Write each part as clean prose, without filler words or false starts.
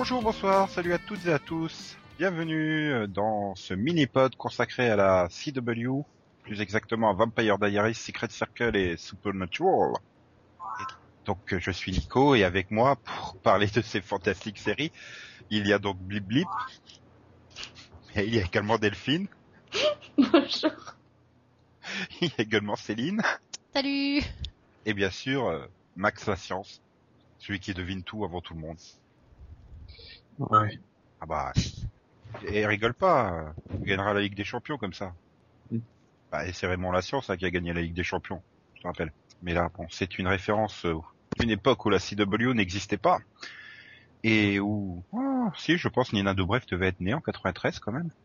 Bonjour, bonsoir, salut à toutes et à tous. Bienvenue dans ce mini-pod consacré à la CW, plus exactement à Vampire Diaries, Secret Circle et Supernatural. Donc je suis Nico et avec moi pour parler de ces fantastiques séries, il y a donc Blip Blip et il y a également Delphine. Bonjour. Il y a également Céline. Salut. Et bien sûr Max la science, celui qui devine tout avant tout le monde. Ouais. Ah bah, et rigole pas, on gagnera la Ligue des Champions comme ça. Bah, et c'est Raymond la science qui a gagné la Ligue des Champions, je te rappelle. Mais là, bon, c'est une référence d'une époque où la CW n'existait pas. Et où, si, je pense Nina Dobrev devait être née en 93 quand même.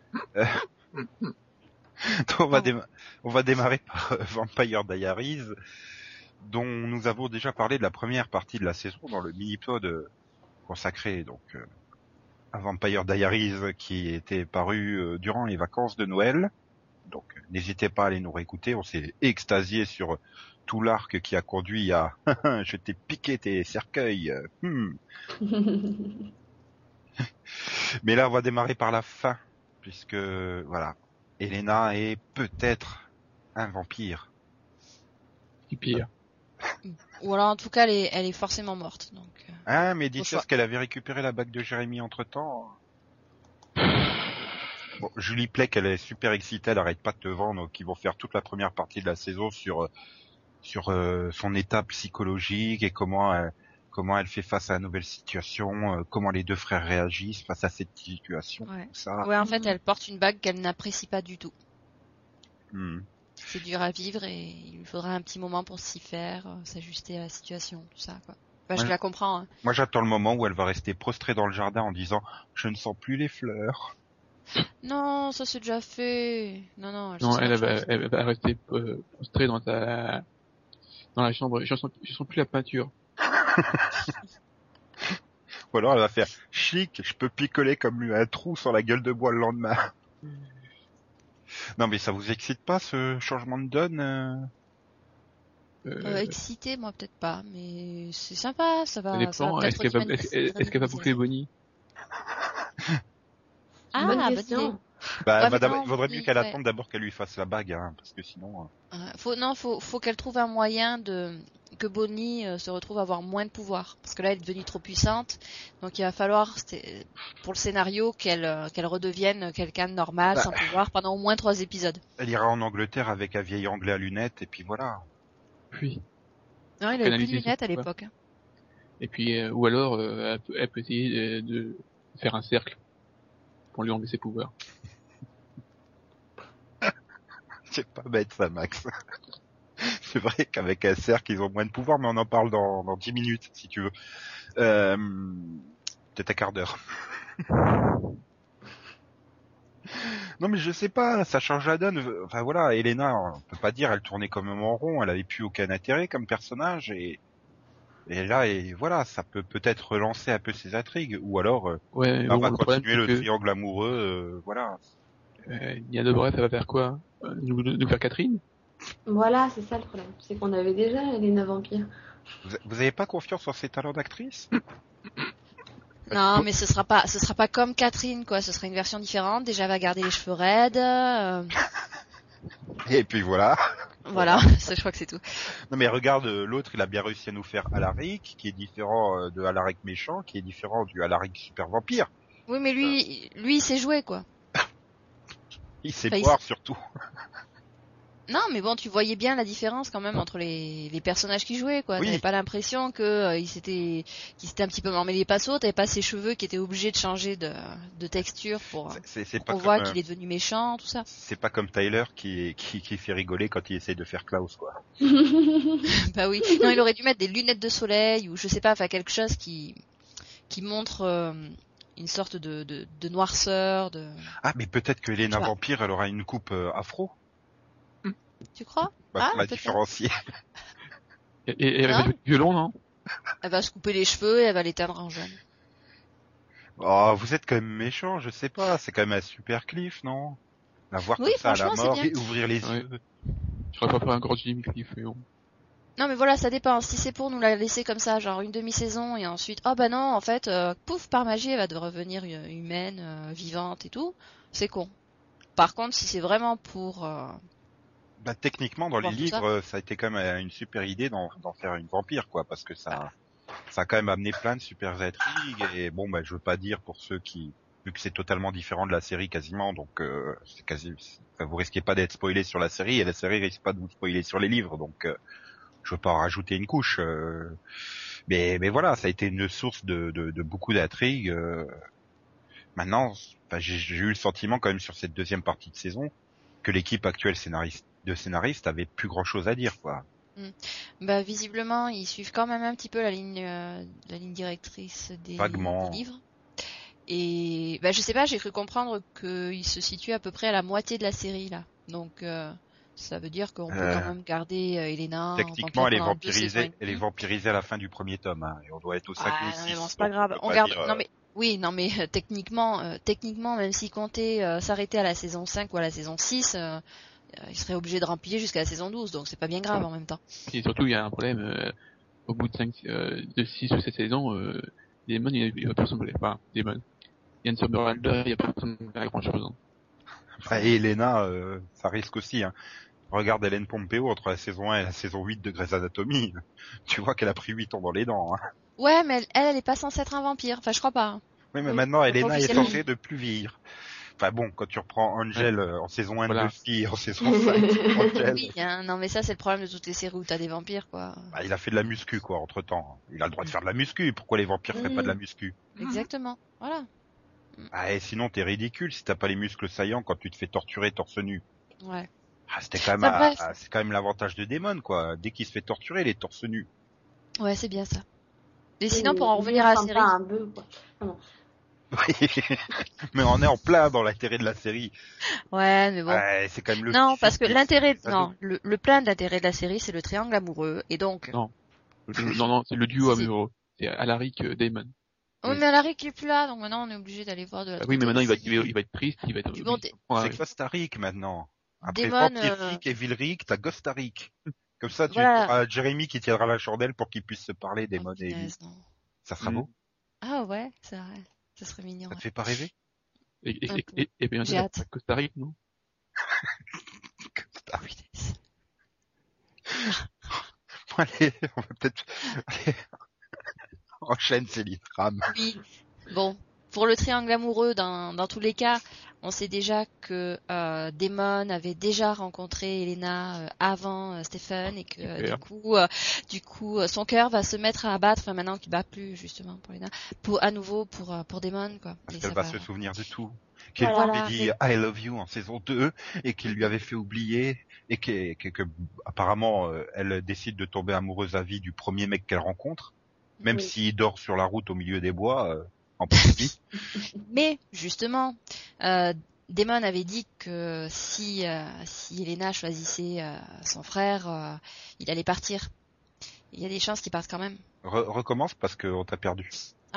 Donc on va démarrer par Vampire Diaries, dont nous avons déjà parlé de la première partie de la saison dans le mini-pod consacré donc à Vampire Diaries qui était paru durant les vacances de Noël. Donc n'hésitez pas à aller nous réécouter, on s'est extasié sur tout l'arc qui a conduit à je t'ai piqué tes cercueils. Mais là on va démarrer par la fin, puisque voilà, Elena est peut-être un vampire. Et pire. Ou alors en tout cas elle est forcément morte. Donc, Ah mais dites choix. ce qu'elle avait récupéré la bague de Jérémy entre temps. Bon, Julie Plec, elle est super excitée, elle arrête pas de te vendre, donc ils vont faire toute la première partie de la saison sur son état psychologique et comment elle fait face à la nouvelle situation, comment les deux frères réagissent face à cette situation, Ouais. tout ça. Ouais, en fait elle porte une bague qu'elle n'apprécie pas du tout. Hmm. C'est dur à vivre et il lui faudra un petit moment pour s'y faire, s'ajuster à la situation, tout ça quoi. Bah, je Ouais. la comprends. Hein. Moi j'attends le moment où elle va rester prostrée dans le jardin en disant « Je ne sens plus les fleurs Non, ça c'est déjà fait. Non, Non, sent elle autre va, chose. elle va rester prostrée dans la chambre. Je sens plus la peinture. » Ou alors elle va faire « Chic, je peux picoler comme lui un trou sur la gueule de bois le lendemain. » Non mais ça vous excite pas ce changement de donne Excitée, moi peut-être pas, mais c'est sympa, ça Ça va dépend. peut-être Est-ce qu'elle va bouffer Bonnie? Ah, Bonne bonne question. idée. Bah, Ouais, mais madame, non, il vaudrait oui, mieux qu'elle ouais. attende d'abord qu'elle lui fasse la bague, hein, parce que sinon... Faut qu'elle trouve un moyen que Bonnie se retrouve à avoir moins de pouvoir. Parce que là, elle est devenue trop puissante. Donc il va falloir, pour le scénario, qu'elle redevienne quelqu'un de normal, sans pouvoir, pendant au moins 3 épisodes. Elle ira en Angleterre avec un vieil anglais à lunettes, et puis voilà. Puis. Non, il avait plus de Canaliser lunettes à son pouvoir. l'époque. Hein. Et puis, ou alors, elle peut essayer de faire un cercle pour lui enlever ses pouvoirs. C'est pas bête ça, Max. C'est vrai qu'avec un cercle, ils ont moins de pouvoir, mais on en parle dans 10 minutes, si tu veux. Peut-être un quart d'heure. Non mais je sais pas, ça change la donne. Enfin voilà, Elena, on peut pas dire, elle tournait quand même en rond, elle avait plus aucun intérêt comme personnage, et là, et voilà, ça peut peut-être relancer un peu ses intrigues, ou alors Ouais, on bon, va le problème, continuer c'est le que, triangle amoureux, voilà. Nia Dobrev, ça va faire quoi? Nous faire Catherine? Voilà, c'est ça le problème. C'est qu'on avait déjà Elena Vampire. Vous avez pas confiance en ses talents d'actrice? Non, mais ce sera pas comme Catherine, quoi. Ce sera une version différente. Déjà, elle va garder les cheveux raides. Et puis voilà. Voilà, ça, je crois que c'est tout. Non mais regarde, l'autre, il a bien réussi à nous faire Alaric, qui est différent de Alaric méchant, qui est différent du Alaric super vampire. Oui, mais lui, il sait jouer, quoi. Il sait Enfin, boire surtout. Non, mais bon, tu voyais bien la différence quand même entre les personnages qui jouaient, quoi. Oui. T'avais pas l'impression que qu'il s'était un petit peu emmêlé les pinceaux. T'avais pas ses cheveux qui étaient obligés de changer de texture pour C'est pas qu'on comme, voit qu'il est devenu méchant, tout ça. c'est pas comme Tyler qui fait rigoler quand il essaye de faire Klaus, quoi. Bah oui. Non, il aurait dû mettre des lunettes de soleil ou je sais pas, enfin quelque chose qui montre une sorte de noirceur, de. Ah, mais peut-être que Elena Tu vois. Vampire, elle aura une coupe afro. Tu crois? Bah, pour la peut-être. différencier. Et elle va Ah. jouer du violon, non? Elle va se couper les cheveux et elle va les teindre en jaune. Oh, vous êtes quand même méchant, je sais pas. C'est quand même un super cliff, non? La voir Oui, comme ça à la franchement, c'est mort bien. et ouvrir les Ouais. yeux. Je ferais pas faire un grand Jimmy Cliff, mais bon. Non mais voilà, ça dépend. Si c'est pour nous la laisser comme ça, genre une demi-saison et ensuite, oh bah non, en fait, pouf, par magie, elle va revenir humaine, vivante et tout, c'est con. Par contre, si c'est vraiment pour Bah, techniquement, dans les voir tout ça, livres, ça a été quand même une super idée d'en faire une vampire, quoi, parce que ça a quand même amené plein de super intrigues, et bon, bah, je veux pas dire pour ceux qui, vu que c'est totalement différent de la série quasiment, donc, vous risquez pas d'être spoilé sur la série, et la série risque pas de vous spoiler sur les livres, donc, je veux pas en rajouter une couche, mais voilà, ça a été une source de beaucoup d'intrigues, maintenant, bah, j'ai eu le sentiment quand même sur cette deuxième partie de saison, que l'équipe actuelle scénariste avait plus grand chose à dire, quoi. bah visiblement, ils suivent quand même un petit peu la ligne directrice des Vaguement. livres. Et bah je sais pas, j'ai cru comprendre qu'ils se situent à peu près à la moitié de la série là. Donc ça veut dire qu'on peut quand même garder Elena en Techniquement, vampire pendant 2 saisons et elle est demie. vampirisée à la fin du premier tome, hein, et on doit être au 5 ou au Ah, non 6. mais bon, c'est pas grave. On garde. Non mais oui, non mais techniquement, même s'il comptait s'arrêter à la saison 5 ou à la saison 6, il serait obligé de remplir jusqu'à la saison 12, donc c'est pas bien grave en même temps. Et surtout, il y a un problème, au bout de 6 ou 7 saisons, Damon, il va plus ressembler. Enfin, Damon. Yann Somerhalder, il y a pas ressembler à grand chose. Enfin, et Elena, ça risque aussi, hein. Regarde Hélène Pompeo entre la saison 1 et la saison 8 de Grey's Anatomy. Tu vois qu'elle a pris 8 ans dans les dents, hein. Ouais, mais elle est pas censée être un vampire. Enfin, je crois pas. Hein. Oui, mais Oui, maintenant, pas Elena est officiellement. censée de plus vieillir. Enfin bon, quand tu reprends Angel en saison 1 Voilà. de Buffy, en saison 5, Angel, Oui, hein, non mais ça c'est le problème de toutes les séries où t'as des vampires quoi. bah, il a fait de la muscu, quoi, entre temps. Il a le droit de faire de la muscu. Pourquoi les vampires feraient pas de la muscu? Exactement. Voilà. Ah, et sinon, t'es ridicule si t'as pas les muscles saillants quand tu te fais torturer torse nu. Ouais. Ah, c'était quand même, Enfin, bref. c'est quand même l'avantage de Damon, quoi. Dès qu'il se fait torturer, il est torse nu. Ouais, c'est bien ça. Et sinon, pour en revenir à la série. Pas un bœuf, quoi. Non. Mais on est en plein dans l'intérêt de la série. Ouais, mais bon. Ouais, c'est quand même le Non, petit parce que film l'intérêt, des non, le plein d'intérêt de la série, c'est le triangle amoureux. Et donc. Non. Non, c'est le duo Si. amoureux. C'est Alaric, Damon. Oui, mais Alaric il est plus là, donc maintenant on est obligé d'aller voir de la. Oui, mais maintenant il va être triste, il va être. Bon, C'est Costa Rica maintenant. Après Damon, Vampiric et Vilric, t'as Costa Rica. Comme ça, tu Voilà. auras Jérémy qui tiendra la chandelle pour qu'ils puissent se parler, Damon et lui. punaise, non. Ça sera beau. Ah ouais, c'est vrai. Ça serait mignon. Ça te fait pas rêver? Et bien, J'ai hâte. Costa Rica, non? Costa Rica. Punaise. Bon, allez, on va peut-être, allez. Enchaîne, Céline Ram. Oui. Bon, pour le triangle amoureux, dans tous les cas, on sait déjà que Damon avait déjà rencontré Elena avant Stephen et que du coup, son cœur va se mettre à battre. Enfin, maintenant qu'il bat plus justement pour Elena, à nouveau pour Damon quoi. Parce Et qu'elle ça va se souvenir de tout. Qu'il Voilà. lui avait dit I love you en saison 2 et qu'il lui avait fait oublier et que apparemment elle décide de tomber amoureuse à vie du premier mec qu'elle rencontre, même Oui. s'il dort sur la route au milieu des bois en Pologne. Mais justement, Damon avait dit que si Elena choisissait son frère, il allait partir. Il y a des chances qu'il parte quand même. Recommence parce qu'on t'a perdu.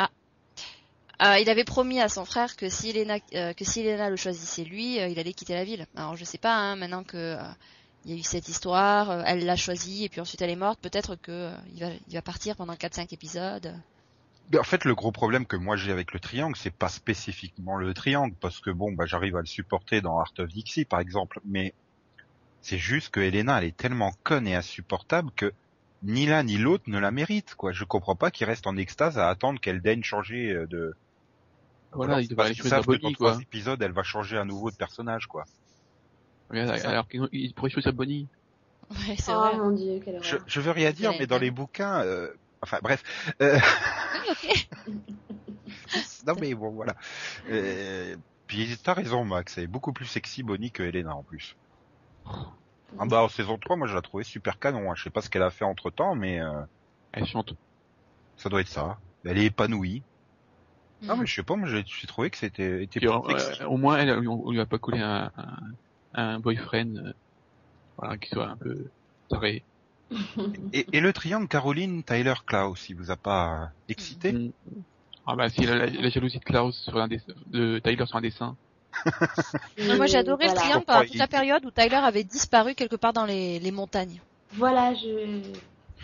Il avait promis à son frère que si Elena le choisissait lui, il allait quitter la ville. Alors je sais pas, hein, maintenant que il y a eu cette histoire, elle l'a choisi et puis ensuite elle est morte, peut-être que il va partir pendant 4-5 épisodes. Mais en fait, le gros problème que moi j'ai avec le triangle, c'est pas spécifiquement le triangle, parce que bon, bah j'arrive à le supporter dans Art of Dixie par exemple, mais c'est juste que Elena, elle est tellement conne et insupportable que ni l'un ni l'autre ne la mérite, quoi. Je comprends pas qu'il reste en extase à attendre qu'elle daigne changer de... Voilà, Alors, il c'est devrait parce aller qu'ils choisir savent que dans Bonnie, 3 quoi. épisodes, elle va changer à nouveau de personnage, quoi. Regarde, C'est ça. alors qu'il pourrait choisir Bonnie. Ouais, c'est Oh vrai. mon dieu, quelle horreur. Je veux rien dire, Elle mais dans aime les bouquins... Enfin, bref. Oui, ok. Non, mais bon, voilà. Puis t'as raison, Max. Elle est beaucoup plus sexy, Bonnie, que Elena, en plus. Ah bah, en saison 3, moi, je la trouvais super canon. Hein. Je sais pas ce qu'elle a fait entre-temps, mais Elle chante. ça doit être ça. Elle est épanouie. Non, Mhm. mais je sais pas, moi, j'ai trouvé que c'était Puis, plus sexy. au moins, on lui a pas collé un boyfriend, voilà, qui soit un peu taré. Et le triangle Caroline Tyler Klaus, il vous a pas excité? Mm. Ah bah si, la jalousie de Klaus sur de Tyler sur un dessin. Moi j'ai adoré le Voilà. triangle Pourquoi pendant toute la période où Tyler avait disparu quelque part dans les montagnes. Voilà,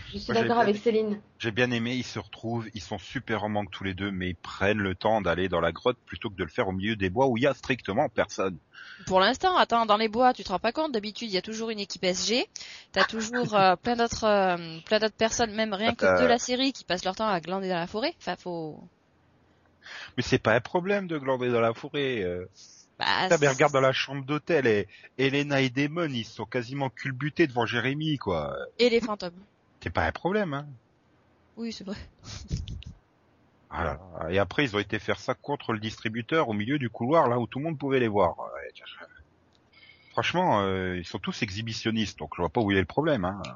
Je suis Moi, j'ai d'accord bien- avec Céline. J'ai bien aimé, ils se retrouvent, ils sont super en manque tous les deux, mais ils prennent le temps d'aller dans la grotte plutôt que de le faire au milieu des bois où il y a strictement personne. Pour l'instant, attends, dans les bois, tu te rends pas compte, d'habitude, il y a toujours une équipe SG, t'as toujours plein d'autres personnes, même rien Ah, que de la série, qui passent leur temps à glander dans la forêt. Enfin, faut... Mais c'est pas un problème de glander dans la forêt. Bah, Putain, mais regarde dans la chambre d'hôtel, et Elena et Damon, ils sont quasiment culbutés devant Jérémy, quoi. et les fantômes. C'est pas un problème, hein. Oui, c'est vrai. Ah là là. Et après, ils ont été faire ça contre le distributeur au milieu du couloir, là où tout le monde pouvait les voir. Ouais, franchement, ils sont tous exhibitionnistes, donc je vois pas où il est le problème, hein.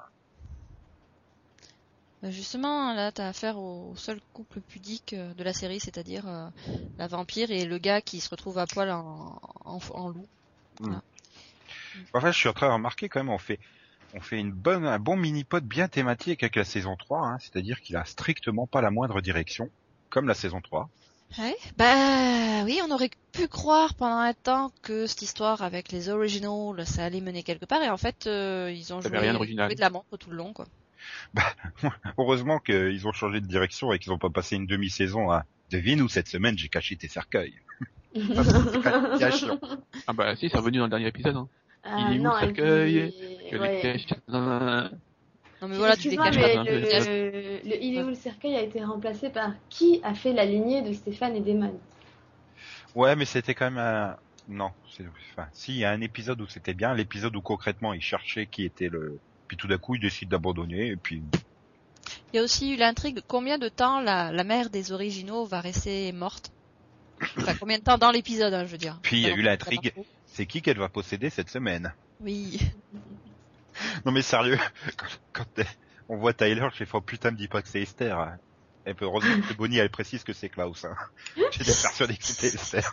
Bah, justement, là, t'as affaire au seul couple pudique de la série, c'est-à-dire la vampire et le gars qui se retrouve à poil en loup. Enfin, je suis en train de remarquer quand même, on fait un bon mini-pod bien thématique avec la saison 3, hein, c'est-à-dire qu'il a strictement pas la moindre direction, comme la saison 3. Ouais. Bah oui, on aurait pu croire pendant un temps que cette histoire avec les originals, ça allait mener quelque part, et en fait, ils ont Ça avait rien joué d'original. de la montre tout le long, quoi. Heureusement qu'ils ont changé de direction et qu'ils ont pas passé une demi-saison à devine où cette semaine j'ai caché tes cercueils. Ça, c'est quand même bien chiant. Ah bah si, c'est revenu dans le dernier épisode. Hein. Il est où Non, le et cercueil puis... que les ouais. caches dans un- Non mais voilà, tu les Excuse-moi, caches mais pas. un peu. le Il est où le cercueil a été remplacé par qui a fait la lignée de Stéphane et Damon? Ouais, mais c'était quand même un... Non, enfin, si, il y a un épisode où c'était bien, l'épisode où concrètement ils cherchaient qui était le... Puis tout d'un coup ils décident d'abandonner, et puis... Il y a aussi eu l'intrigue de combien de temps la mère des originaux va rester morte. Enfin, combien de temps dans l'épisode, hein, je veux dire. Puis il y a Pas eu non- l'intrigue, c'est qui qu'elle va posséder cette semaine? Oui. Non mais sérieux, quand on voit Tyler, j'ai fait oh, putain, me dis pas que c'est Esther. Hein. Et puis heureusement que Bonnie elle précise que c'est Klaus. Hein. J'étais persuadé que c'était Esther.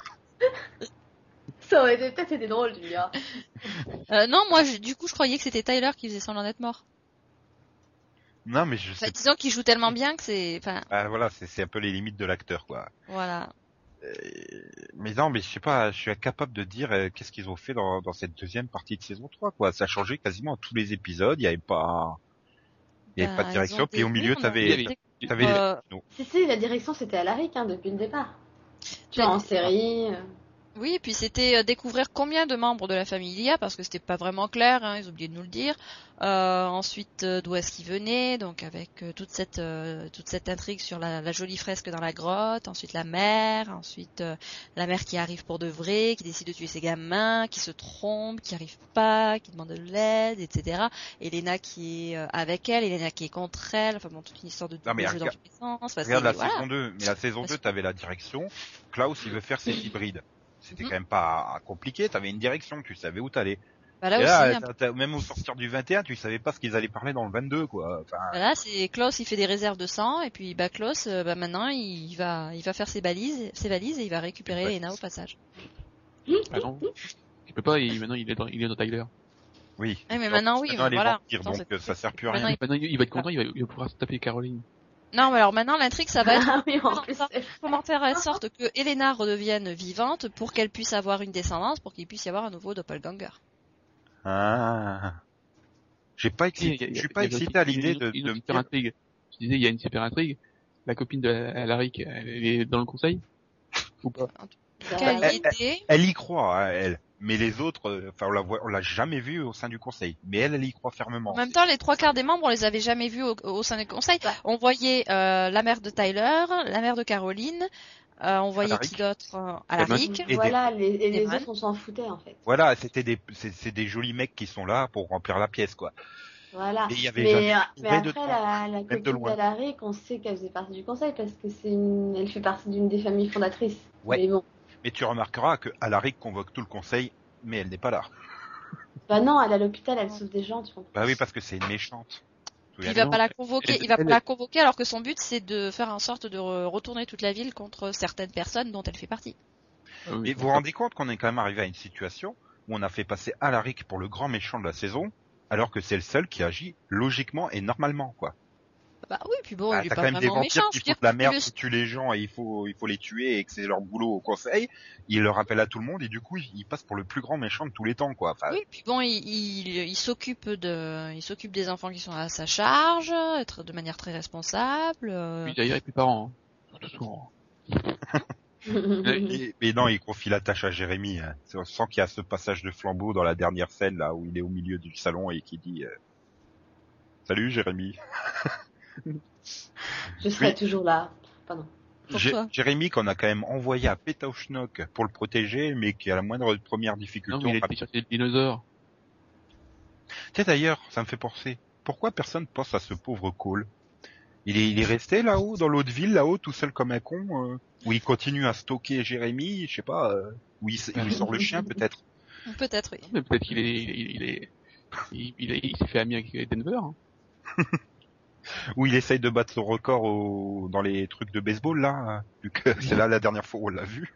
Ça aurait peut-être été drôle, tu me diras. Non, moi, du coup, je croyais que c'était Tyler qui faisait semblant d'être mort. Non mais je Enfin, sais disons qu'il joue tellement bien que c'est... Enfin, pas. Voilà, c'est un peu les limites de l'acteur quoi. voilà. Mais non, mais je sais pas, je suis incapable de dire qu'est-ce qu'ils ont fait dans cette deuxième partie de saison 3 quoi. Ça a changé quasiment à tous les épisodes, il y avait pas de Bah, direction, ils ont puis au milieu on a t'avais des- t'avais euh, Si, la direction c'était Alaric, hein, depuis le départ. Tu vois, en série... Oui, et puis c'était découvrir combien de membres de la famille il y a, parce que c'était pas vraiment clair, hein, ils ont oublié de nous le dire. Ensuite, d'où est-ce qu'ils venaient, donc avec toute cette intrigue sur la jolie fresque dans la grotte. Ensuite la mère qui arrive pour de vrai, qui décide de tuer ses gamins, qui se trompe, qui arrive pas, qui demande de l'aide, etc. Elena qui est avec elle, Elena qui est contre elle. Enfin bon, toute une histoire de Non, mais jeu dans regarde- tous les sens. Enfin, Regarde la voilà. saison 2, mais la saison 2 t'avais la direction, Klaus il veut faire cet hybride. C'était Mhm. quand même pas compliqué, t'avais une direction, tu savais où t'allais. Bah là Et aussi, là, même au sortir du 21, tu savais pas ce qu'ils allaient parler dans le 22 quoi. Enfin, Là, c'est Klaus, il fait des réserves de sang, et puis bah Klaus, maintenant, il va faire ses valises, et il va récupérer Ouais. Lena au passage. Ah non, il peut pas, maintenant il est dans Tyler. oui. Ouais, mais maintenant, oui, Maintenant, elle est voilà. vampire, Attends, donc ça sert plus à Maintenant, rien. Maintenant il va être content, il va pouvoir se taper Caroline. Non, mais alors maintenant, l'intrigue, ça va être Ah oui, en plus. comment faire en sorte que Elena redevienne vivante pour qu'elle puisse avoir une descendance, pour qu'il puisse y avoir un nouveau doppelganger. Ah. Je suis pas excité à l'idée de une me super dire, intrigue. Je disais, il y a une super intrigue. La copine de Alaric, elle est dans le conseil ou pas? Quelle Bah, idée. elle y croit, hein, elle. Mais les autres, enfin, on l'a jamais vue au sein du conseil. Mais elle y croit fermement. En même temps, les 3/4 des membres, on les avait jamais vus au sein du conseil. On voyait la mère de Tyler, la mère de Caroline, on voyait Alaric. qui d'autre Alaric. Et voilà, les Damon. autres on s'en foutait en fait. Voilà, c'est des jolis mecs qui sont là pour remplir la pièce, quoi. Voilà. Et il y avait Mais jamais après, de temps, la de copine loin. d'Alaric, on sait qu'elle faisait partie du conseil parce que elle fait partie d'une des familles fondatrices. Ouais. Mais bon. Mais tu remarqueras que Alaric convoque tout le conseil, mais elle n'est pas là. Bah non, elle est à l'hôpital, elle sauve des gens, tu comprends. Bah oui, parce que c'est une méchante. Il va non, pas la convoquer, elle- il va pas elle- la convoquer alors que son but c'est de faire en sorte de retourner toute la ville contre certaines personnes dont elle fait partie. Ah oui, Et vous vous rendez compte qu'on est quand même arrivé à une situation où on a fait passer Alaric pour le grand méchant de la saison, alors que c'est le seul qui agit logiquement et normalement, quoi. Bah oui, puis bon, il est T'as pas quand même des vraiment vampires méchant. qui Je veux dire, foutent la merde, il qui tuent les gens et il faut les tuer et que c'est leur boulot au conseil. Il le rappelle à tout le monde et du coup, il passe pour le plus grand méchant de tous les temps, quoi. Enfin, Oui, puis bon, il s'occupe des enfants qui sont à sa charge, être de manière très responsable. Puis d'ailleurs, et puis parents, hein. Surtout souvent. mais non, il confie la tâche à Jérémy. Hein. On sent qu'il y a ce passage de flambeau dans la dernière scène, là, où il est au milieu du salon et qui dit Salut Jérémy. Je serai Oui. toujours là. Pardon. Pourquoi Jérémy qu'on a quand même envoyé à Pétaouchnok pour le protéger, mais qui à la moindre première Non, difficulté... mais il a été chercher le dinosaure. Tiens d'ailleurs, ça me fait penser. Pourquoi personne pense à ce pauvre Cole? Il est resté là-haut, dans l'autre ville, là-haut, tout seul comme un con, où il continue à stalker Jérémy, je sais pas, où il sort le chien peut-être. Peut-être, oui. Non, mais peut-être qu'il il s'est fait ami avec Denver. Hein. Où il essaye de battre son record dans les trucs de baseball là, hein, vu que c'est là la dernière fois où on l'a vu.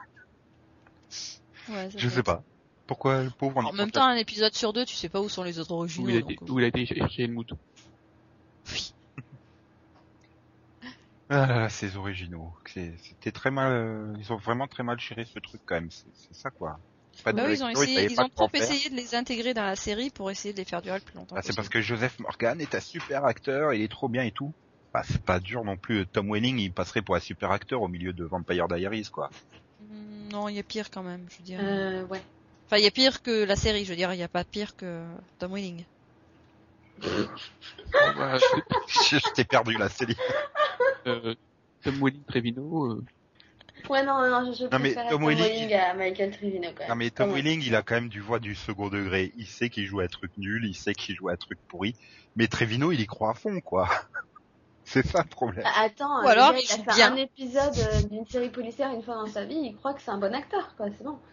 Ouais, Je sais pas. Pourquoi le pauvre En même temps, un épisode sur deux, tu sais pas où sont les autres originaux. Où il a été chercher le mouton. Oui. Ah, ces originaux. C'était très mal. Ils ont vraiment très mal géré ce truc quand même. C'est ça quoi. Pas de Bah oui, direction, savaient ils pas ont quoi trop faire. essayé de les intégrer dans la série pour essayer de les faire durer le plus longtemps Ah, c'est possible. parce que Joseph Morgan est un super acteur, il est trop bien et tout. Bah, c'est pas dur non plus. Tom Welling, il passerait pour un super acteur au milieu de Vampire Diaries quoi. Non, il y a pire quand même, je veux dire. Ouais. Enfin, il y a pire que la série, je veux dire, il y a pas pire que Tom Welling. Voilà, Je t'ai perdu là, Céline. Tom Welling, Trevino. Ouais, non, je Non, mais préfère Tom Tom Welling, Welling à Michael Trevino quand même. Non mais Tom Quand même. Welling, il a quand même du voix du second degré. Il sait qu'il joue un truc nul, il sait qu'il joue un truc pourri. Mais Trevino, il y croit à fond, quoi. C'est ça le problème. Bah, attends, Ou alors, le gars, il il a joue fait bien. un épisode d'une série policière une fois dans sa vie, il croit que c'est un bon acteur, quoi, c'est bon.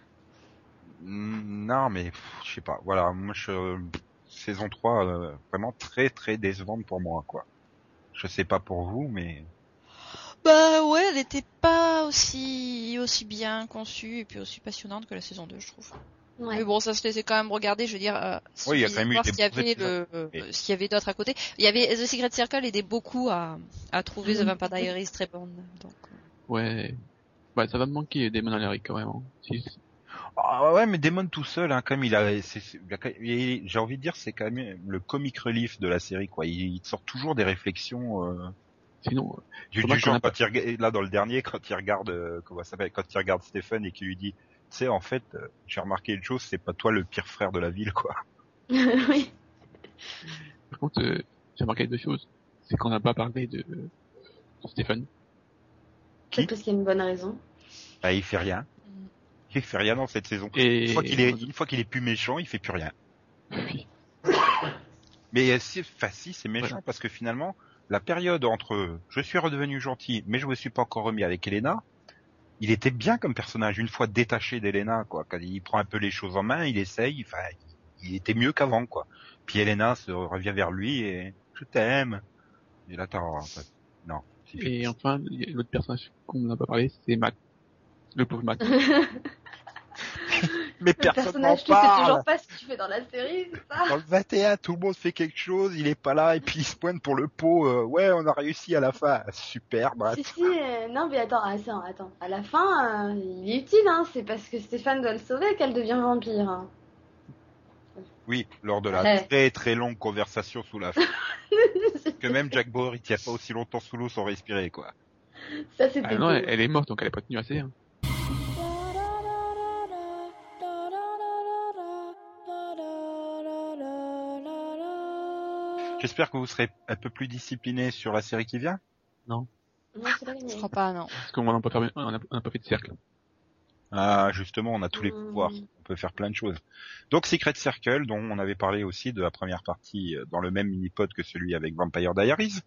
Non mais, je sais pas. Voilà, moi saison 3, vraiment très très décevante pour moi, quoi. Je sais pas pour vous, mais... Bah ouais, elle était pas aussi bien conçue et puis aussi passionnante que la saison 2, je trouve. Ouais. Mais bon, ça se laissait quand même regarder, je veux dire, Oui, il y a quand même eu voir des ce qu'il y bons avait épisodes. ce qu'il y avait d'autre à côté. Il y avait The Secret Circle aidait beaucoup à trouver The Vampire Diaries très bonne. Donc, Ouais. Bah, ça va me manquer Damon Alaric quand même. Hein. Ah ouais, mais Damon tout seul, hein, quand même, j'ai envie de dire, c'est quand même le comic relief de la série, quoi. Il sort toujours des réflexions... Sinon, Du Faudra genre, qu'on là, dans le dernier, quand il regarde, comment ça s'appelle, quand il regarde Stephen et qu'il lui dit, tu sais, en fait, j'ai remarqué une chose, c'est pas toi le pire frère de la ville, quoi. Oui. par contre, j'ai remarqué deux choses. C'est qu'on n'a pas parlé de Stéphane. Qui Peut-être parce qu'il y a une bonne raison. Bah, il fait rien. Il fait rien dans cette saison. Et Une fois qu'il est plus méchant, il fait plus rien. Oui. Mais si, c'est méchant Voilà. parce que finalement, la période entre je suis redevenu gentil, mais je me suis pas encore remis avec Elena, il était bien comme personnage, une fois détaché d'Elena, quoi. Quand il prend un peu les choses en main, il essaye, enfin, il était mieux qu'avant, quoi. Puis Elena se revient vers lui et je t'aime. Et là, en fait, non. Et enfin, l'autre personnage qu'on n'a pas parlé, c'est Matt. Le pauvre Matt. Mais Le personne n'en personnage, tu sais parle. toujours pas ce que tu fais dans la série, c'est ça? Dans le 21, tout le monde fait quelque chose, il est pas là, et puis il se pointe pour le pot, ouais, on a réussi à la fin. Super, Matt. Si, non, mais attends. À la fin, il est utile, hein. C'est parce que Stéphane doit le sauver qu'elle devient vampire, hein. Oui, lors de la Ouais. très très longue conversation sous la que même Jack Bauer, il tient pas aussi longtemps sous l'eau sans respirer, quoi. Ça, c'était Ah non, beau. elle est morte, donc elle a pas tenu assez. Hein. J'espère que vous serez un peu plus disciplinés sur la série qui vient. Non, c'est pas gagné. je crois pas, non. Parce qu'on n'a pas fait de cercle. Ah, justement, on a tous les pouvoirs. On peut faire plein de choses. Donc, Secret Circle, dont on avait parlé aussi de la première partie dans le même mini-pod que celui avec Vampire Diaries.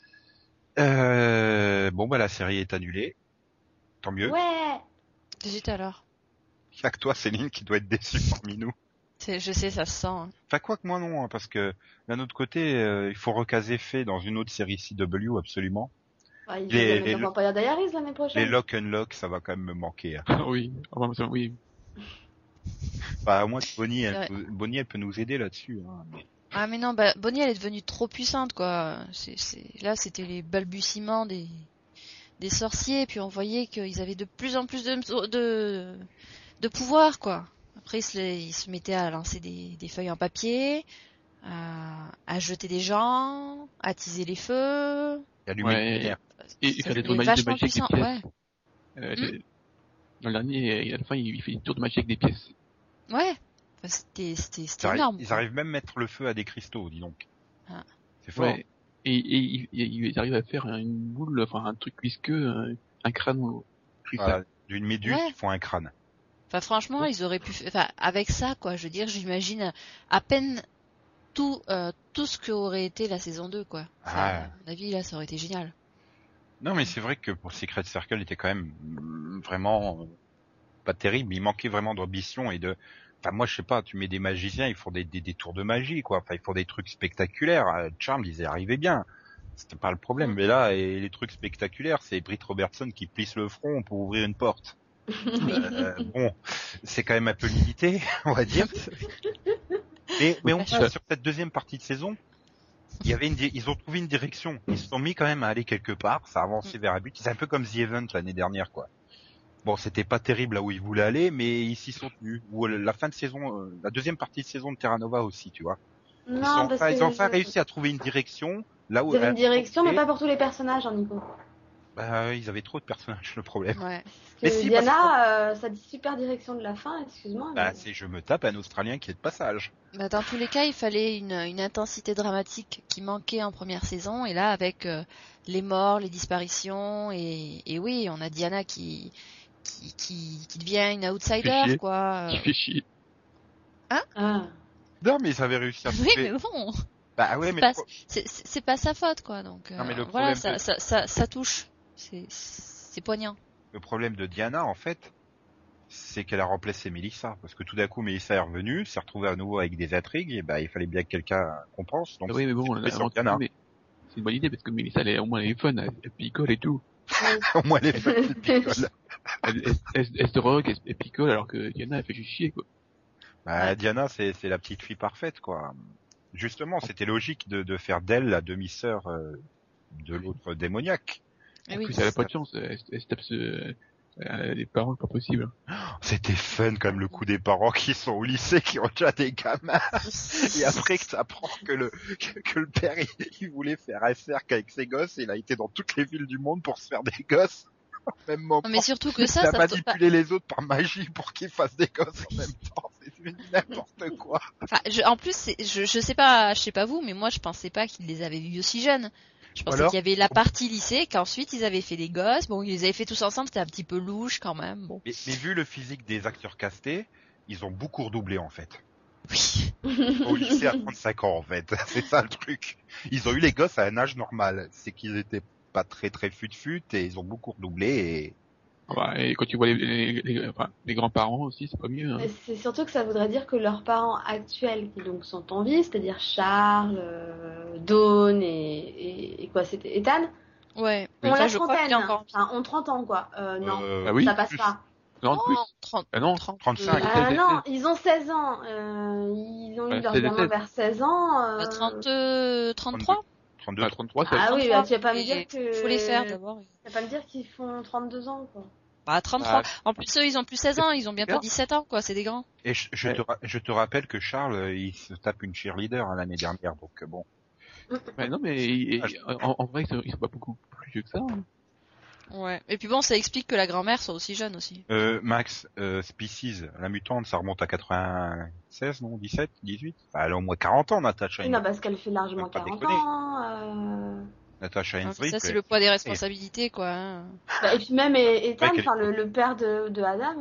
Bon, bah, la série est annulée. Tant mieux. Ouais. Zut alors. Il y a que toi, Céline, qui doit être déçue parmi nous. Je sais, ça se sent. Hein. Enfin, quoi que moi non, hein, parce que d'un autre côté, il faut recaser Faye dans une autre série CW, absolument. Ouais, il Les- va les- mettre Vampire Diaries l'année Les prochaine. Lock Unlock, ça va quand même me manquer. Hein. Oui, enfin, oui. Bah, moi, Bonnie, C'est vrai. Bonnie, elle peut nous aider là-dessus. Hein, mais... Ah mais non, Bonnie elle est devenue trop puissante quoi. Là c'était les balbutiements des sorciers, puis on voyait qu'ils avaient de plus en plus de pouvoir quoi. Après ils se mettaient à lancer des feuilles en papier, à jeter des gens, à teaser les feux. Il y a du Ouais, militaire. et faire des tours de C'était magie vachement avec des puissant, pièces. ouais. Dans le dernier, à la fin, il fait des tours de magie avec des pièces. Ouais. Enfin, c'était énorme. Ils quoi. arrivent même à mettre le feu à des cristaux, dis donc. Ah. C'est fort. Ouais. Et ils arrivent à faire une boule, enfin un truc visqueux, un crâne au cristal. Voilà, d'une méduse, Ouais. ils font un crâne. Enfin franchement, ils auraient pu enfin avec ça quoi, je veux dire, j'imagine à peine tout ce qu'aurait été la saison 2 quoi. Enfin, Ah. à mon avis là ça aurait été génial. Non, mais c'est vrai que pour Secret Circle, il était quand même vraiment pas terrible. Il manquait vraiment d'ambition et de... Enfin, moi, je sais pas, tu mets des magiciens, ils font des tours de magie, quoi. Enfin, ils font des trucs spectaculaires. Charmed, ils y arrivaient bien. C'était pas le problème. Mais là, et les trucs spectaculaires, c'est Britt Robertson qui plisse le front pour ouvrir une porte. Bon, c'est quand même un peu limité, on va dire. Mais on passe sur cette deuxième partie de saison. Il y avait ils ont trouvé une direction. Ils se sont mis quand même à aller quelque part. Ça a avancé vers un but. C'est un peu comme The Event l'année dernière, quoi. Bon, c'était pas terrible là où ils voulaient aller, mais ils s'y sont tenus. Ou la fin de saison, la deuxième partie de saison de Terra Nova aussi, tu vois. Non, Ils ont enfin réussi à trouver une direction. Là où Vous avez une direction, mais pas pour tous les personnages, hein, Nico. Bah, ils avaient trop de personnages, le problème. Ouais. Parce que Diana, ça dit super direction de la fin, excuse-moi. Bah, mais... c'est je me tape un Australien qui est de passage. Bah, dans tous les cas, il fallait une intensité dramatique qui manquait en première saison, et là avec les morts, les disparitions, et oui, on a Diana qui devient une outsider quoi. Qui fait chier. Ah. Non, mais ils avaient réussi à Oui, trouver. mais bon. Bah ouais, C'est pas sa faute quoi, donc non, mais le voilà, problème ça touche, c'est poignant. Le problème de Diana, en fait, c'est qu'elle a remplacé Melissa, parce que tout d'un coup, Melissa est revenue, s'est retrouvée à nouveau avec des intrigues, et bah, il fallait bien que quelqu'un compense. Donc, Oui, mais bon, c'est une bonne idée, parce que Melissa, au moins, elle est fun, elle picole et tout. Au moins, elle picole. Elle se drogue, elle picole, alors que Diana, elle fait juste chier, quoi. Bah, Ouais. Diana, c'est la petite fille parfaite, quoi. Justement, c'était logique de faire d'elle la demi-sœur de l'autre démoniaque. Eh En oui. plus, elle a pas de chance, elle se tape les parents, pas possible. C'était fun, quand même, le coup des parents qui sont au lycée, qui ont déjà des gamins. Et après que ça apprend que le père, il voulait faire un cercle avec ses gosses, et il a été dans toutes les villes du monde pour se faire des gosses. En même moment. Non, mais surtout que il a ça manipulé les autres par magie pour qu'ils fassent des gosses en même temps. C'est n'importe quoi. Enfin, en plus, je sais pas vous, mais moi je pensais pas qu'ils les avaient vus aussi jeunes. Je pensais qu'il y avait la partie lycée, qu'ensuite ils avaient fait des gosses. Bon, ils les avaient fait tous ensemble, c'était un petit peu louche quand même. Bon. Mais vu le physique des acteurs castés, ils ont beaucoup redoublé en fait. Oui. Au lycée à 35 ans en fait. C'est ça le truc. Ils ont eu les gosses à un âge normal. C'est qu'ils étaient pas très fut-fut et ils ont beaucoup redoublé et... Ouais, et quand tu vois les grands-parents aussi, c'est pas mieux. Hein. C'est surtout que ça voudrait dire que leurs parents actuels qui donc sont en vie, c'est-à-dire Charles, Dawn et quoi, c'était Ethan, Ouais. ont la Je crois qu'il trentaine, y a encore... enfin ont 30 ans quoi. Non, Ah oui, ça passe plus. pas. Non, plus. 30, Ah non, 35. Non, ils ont 16 ans. Ils ont eu leur gamin vers 16 ans. 33 32, 33, Ah oui, bah, tu vas pas me dire que... faut les faire d'abord. Tu vas pas me dire qu'ils font 32 ans quoi. Bah 33. Ah. En plus eux ils ont plus 16 ans, ils ont bientôt bien. 17 ans quoi, c'est des grands. Et je te rappelle que Charles, il se tape une cheerleader l'année dernière, donc bon. Ouais, non, mais en vrai, ils sont pas beaucoup plus vieux que ça. Hein. Ouais. Et puis bon, ça explique que la grand-mère soit aussi jeune aussi. Max, Species, la mutante, ça remonte à 96, non 17, 18 enfin, elle a au moins 40 ans, Natasha. Non, parce qu'elle fait largement Faut pas 40 déconner. ans. Natasha Hein, Henstridge. ça c'est le poids des responsabilités quoi. Hein. Bah, et puis même Ethan, Ouais, enfin le père de Adam,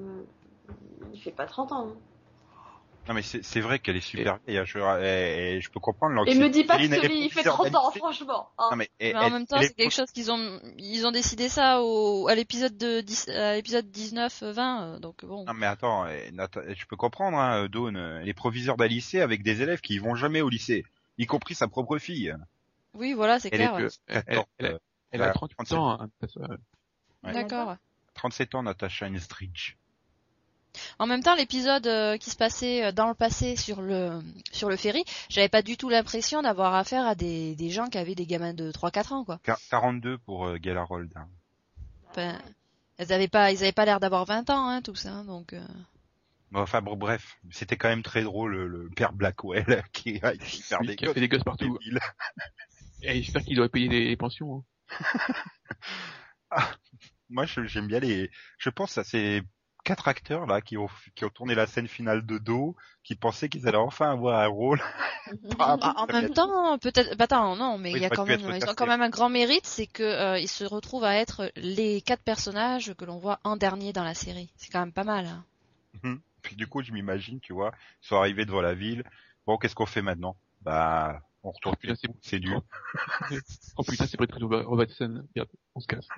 il fait pas 30 ans. Non mais c'est vrai qu'elle est super vieille, hein, je peux comprendre Et l'anxiété. me dis pas que Céline, elle est celui il fait professeure 30 ans, d'anxiété. franchement. Hein. Non mais, Mais en même temps, c'est quelque chose qu'ils ont décidé ça à l'épisode à l'épisode 19-20 donc bon. Non mais attends, je peux comprendre, hein, Dawn, elle est proviseure d'un lycée avec des élèves qui vont jamais au lycée, y compris sa propre fille. Oui, voilà, c'est Elle est clair. Ouais. Elle a 38 ans. Hein, Ouais. D'accord. 37 ans, Natasha Henstridge. En même temps, l'épisode qui se passait dans le passé sur le ferry, j'avais pas du tout l'impression d'avoir affaire à des gens qui avaient des gamins de 3-4 ans, quoi. 42 pour Galarold. Hein. Enfin, ils avaient pas l'air d'avoir 20 ans, hein, tout ça, donc. Bon, enfin bon, bref, c'était quand même très drôle le père Blackwell qui a faire Oui, des qui a fait des gosses partout. débiles. Et j'espère qu'il aurait payé les pensions. Hein. Moi, j'aime bien je pense à ces 4 acteurs là qui ont tourné la scène finale de dos, qui pensaient qu'ils allaient enfin avoir un rôle. En même temps, peut-être. Bah, attends, non, mais Oui, il y a ça quand aurait pu même, être ils ont casté. quand même un grand mérite, c'est que ils se retrouvent à être les 4 personnages que l'on voit en dernier dans la série. C'est quand même pas mal. Hein. Puis du coup, je m'imagine, tu vois, ils sont arrivés devant la ville. Bon, qu'est-ce qu'on fait maintenant? Bah, on retourne. Putain, C'est dur. Oh putain, c'est Patrick Robertson. Regarde, on se casse.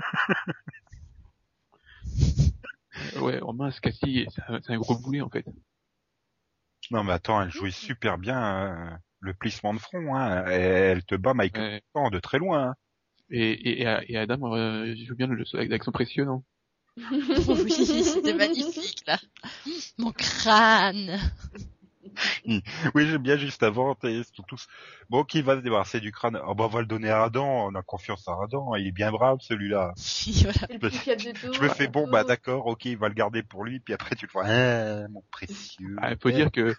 Ouais, en mince, Cassie, c'est un gros boulet en fait. Non, mais attends, elle jouait super bien le plissement de front. Hein. Elle te bat Michael Ouais. de très loin. Hein. Et Adam joue bien le jeu avec son précieux, non? Oui, c'était magnifique là. Mon crâne. Oui, j'aime bien juste avant. Tous... Bon, qui va se débarrasser du crâne? Oh, bah, on va le donner à Adam. On a confiance à Adam. Il est bien brave celui-là. Voilà. C'est le plus fiable de tout. Je me fais bon, bah d'accord, ok, il va le garder pour lui. Puis après, tu le vois, mon précieux. Il faut dire que,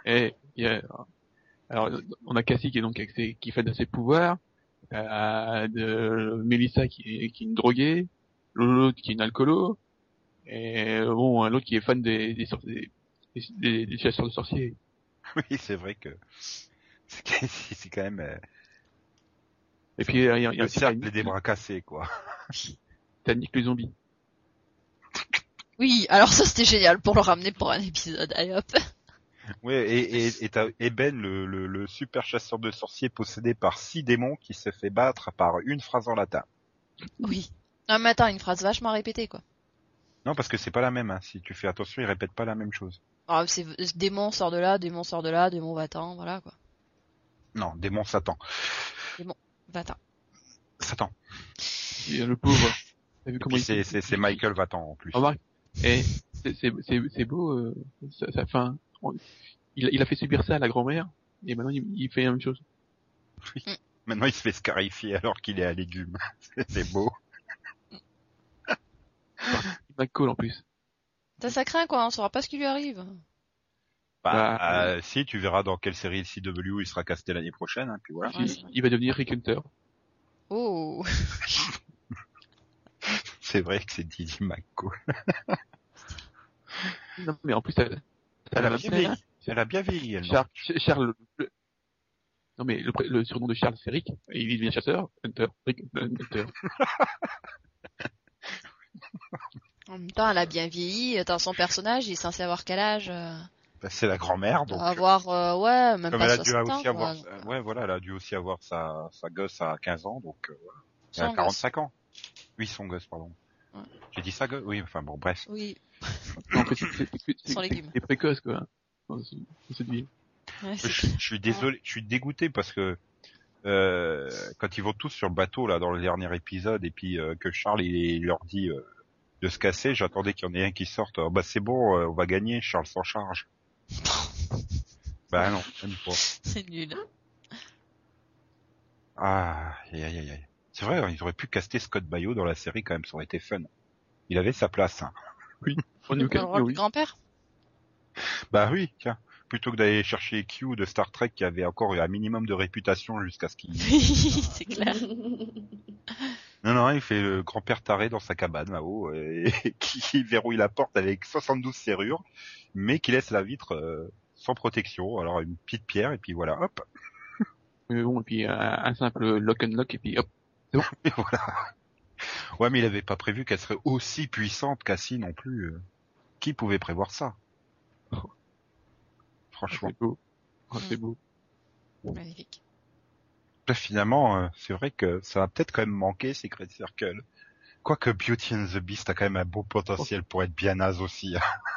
alors, on a Cassie qui est donc qui fait de ses pouvoirs, de Melissa qui est une droguée, l'autre qui est une alcoolo, et bon, l'autre qui est fan des chasseurs de sorciers. Oui, c'est vrai que c'est quand même Et puis, il y a le aussi cercle des bras cassés, quoi. t'as Nick le zombie. Oui, alors ça c'était génial pour le ramener pour un épisode. Allez hop. Oui, et t'as Eben, le super chasseur de sorciers possédé par 6 démons qui se fait battre par une phrase en latin. Oui. Non mais attends, une phrase vachement répétée quoi. Non, parce que c'est pas la même. Hein. Si tu fais attention, il répète pas la même chose. Ah, c'est démon sort de là, démon sort de là, démon va-t'en, voilà quoi. Non, démon Satan. Va-t'en. Satan. Et le pauvre. T'as vu Et comment puis c'est Michael Vatan en plus. Remarque, et c'est beau, sa fin. Il a fait subir ça à la grand-mère, et maintenant il fait la même chose. Oui. Maintenant, il se fait scarifier alors qu'il est à légumes. C'est beau. McCall en plus. Ça craint quoi, on saura pas ce qui lui arrive. Si, tu verras dans quelle série CW il sera casté l'année prochaine, hein, puis voilà. Ouais, c'est vrai. Il va devenir Rick Hunter. Oh. C'est vrai que c'est Didi McCall. Non, mais en plus, Elle a bien vieilli. Elle a bien vieilli, elle. non Charles, non mais le surnom de Charles c'est Rick, et il devient chasseur, Hunter, Rick Hunter. En même temps, elle a bien vieilli. Dans son personnage, il est censé avoir quel âge Bah, c'est la grand-mère, donc. Avoir, ouais, même Comme pas elle a dû 60 ans, aussi quoi. avoir, Donc, ouais, voilà, elle a dû aussi avoir sa gosse à 15 ans, donc voilà. Elle son a gosse. 45 ans. Oui, son gosse, pardon. Ouais. J'ai dit sa gosse. Oui, enfin bon, bref. Oui. Non, en fait, Sans légumes. c'est précoce quoi, dans cette vie. Ouais, Je suis désolé, je suis dégoûté parce que quand ils vont tous sur le bateau là dans le dernier épisode et puis que Charles il leur dit de se casser, j'attendais qu'il y en ait un qui sorte. Oh, bah c'est bon, on va gagner, Charles s'en charge. Bah non, même pas. c'est nul. Ah, aïe aïe aïe. C'est vrai, ils auraient pu caster Scott Baio dans la série quand même, ça aurait été fun. Il avait sa place. Hein. On nous Dans le rôle du oui. grand-père. Bah oui, tiens. Plutôt que d'aller chercher Q de Star Trek qui avait encore un minimum de réputation jusqu'à ce qu'il... C'est clair. Non, il fait le grand-père taré dans sa cabane là-haut et qui verrouille la porte avec 72 serrures, mais qui laisse la vitre sans protection. Alors une petite pierre et puis voilà, hop. Mais bon, et puis un simple lock and lock et puis hop. Et voilà. Ouais, mais il avait pas prévu qu'elle serait aussi puissante qu'Assi non plus. Qui pouvait prévoir ça? Franchement. C'est beau. Oh, c'est beau. Magnifique. Là, finalement, c'est vrai que ça va peut-être quand même manquer Secret Circle. Quoique Beauty and the Beast a quand même un beau potentiel pour être bien naze aussi.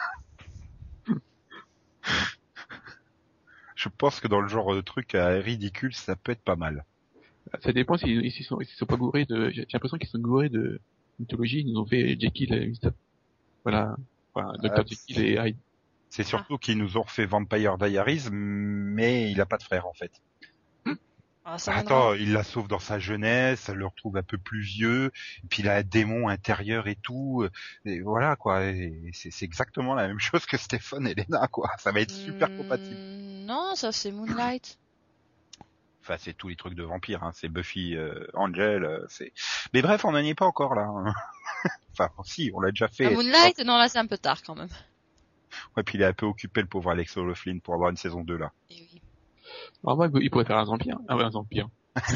Je pense que dans le genre de truc ridicule, ça peut être pas mal. Ça dépend s'ils sont pas gourés de, j'ai l'impression qu'ils sont gourés de mythologie, ils nous ont fait Jekyll et Mr. Voilà. Dr. Jekyll et Hyde. C'est surtout qu'ils nous ont refait Vampire Diaries, mais il a pas de frère en fait. Ah, ça Attends, il la sauve dans sa jeunesse, elle le retrouve un peu plus vieux, et puis il a un démon intérieur et tout, et voilà quoi. Et c'est exactement la même chose que Stephen et Lena quoi. Ça va être super compatible. Non, ça c'est Moonlight. Enfin, c'est tous les trucs de vampires, hein. C'est Buffy, Angel, c'est. Mais bref, on n'en est pas encore là. Hein. Enfin, si, on l'a déjà fait. Moonlight, non là c'est un peu tard quand même. Ouais, puis il est un peu occupé le pauvre Alex O'Loughlin pour avoir une saison 2 là. Et oui. Alors moi, il pourrait faire un vampire. Ah ouais, un vampire.